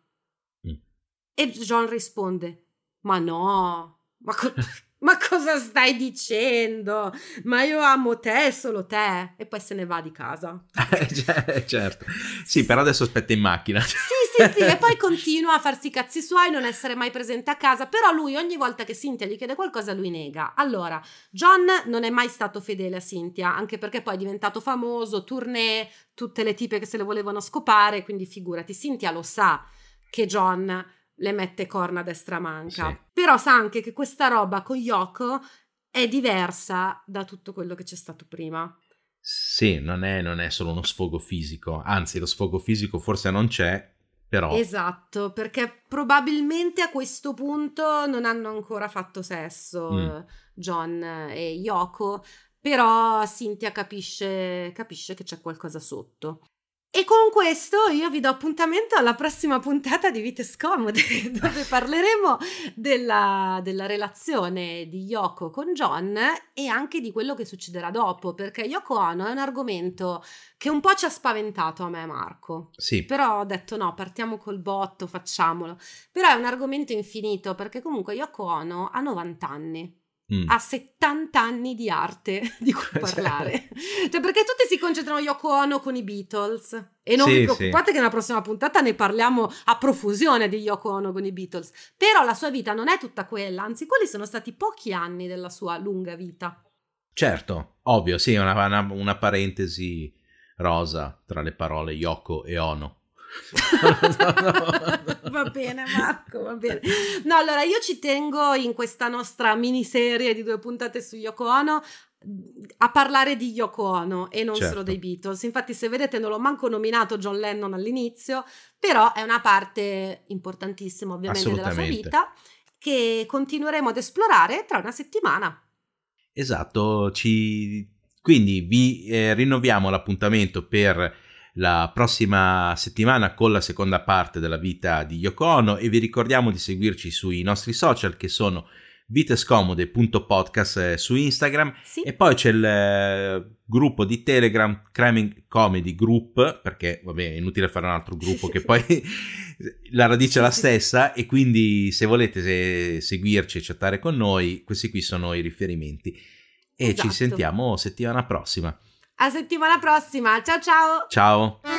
E John risponde: ma no, ma, co- ma cosa stai dicendo? Ma io amo te, solo te. E poi se ne va di casa. eh, certo. Sì, però adesso aspetta in macchina. Sì, sì, sì. E poi continua a farsi i cazzi suoi, non essere mai presente a casa. Però lui, ogni volta che Cynthia gli chiede qualcosa, lui nega. Allora, John non è mai stato fedele a Cynthia, anche perché poi è diventato famoso, tournée, tutte le tipe che se le volevano scopare, quindi figurati, Cynthia lo sa che John le mette corna a destra manca, sì. però sa anche che questa roba con Yoko è diversa da tutto quello che c'è stato prima. Sì, non è, non è solo uno sfogo fisico, anzi lo sfogo fisico forse non c'è, però... Esatto, perché probabilmente a questo punto non hanno ancora fatto sesso mm. John e Yoko, però Cynthia capisce, capisce che c'è qualcosa sotto. E con questo io vi do appuntamento alla prossima puntata di Vite Scomode, dove parleremo della, della relazione di Yoko con John e anche di quello che succederà dopo, perché Yoko Ono è un argomento che un po' ci ha spaventato a me e Marco. Sì. Però ho detto no, partiamo col botto, facciamolo. Però è un argomento infinito, perché comunque Yoko Ono ha novanta anni. Mm. Ha settanta anni di arte di cui parlare. Cioè, perché tutti si concentrano Yoko Ono con i Beatles, e non sì, vi preoccupate sì. che nella prossima puntata ne parliamo a profusione di Yoko Ono con i Beatles. Però la sua vita non è tutta quella, anzi quelli sono stati pochi anni della sua lunga vita. Certo, ovvio, sì, una, una, una parentesi rosa tra le parole Yoko e Ono. Va bene Marco, va bene. No, allora io ci tengo in questa nostra miniserie di due puntate su Yoko Ono a parlare di Yoko Ono e non certo. solo dei Beatles. Infatti se vedete non l'ho manco nominato John Lennon all'inizio, però è una parte importantissima ovviamente della sua vita che continueremo ad esplorare tra una settimana. Esatto, ci... quindi vi eh, rinnoviamo l'appuntamento per la prossima settimana con la seconda parte della vita di Yoko Ono, e vi ricordiamo di seguirci sui nostri social che sono vitescomode punto podcast eh, su Instagram, sì. e poi c'è il eh, gruppo di Telegram Crime Comedy Group, perché vabbè è inutile fare un altro gruppo che poi la radice è la stessa, e quindi se volete se, seguirci e chattare con noi, questi qui sono i riferimenti, e esatto. ci sentiamo settimana prossima. A settimana prossima, ciao ciao! Ciao!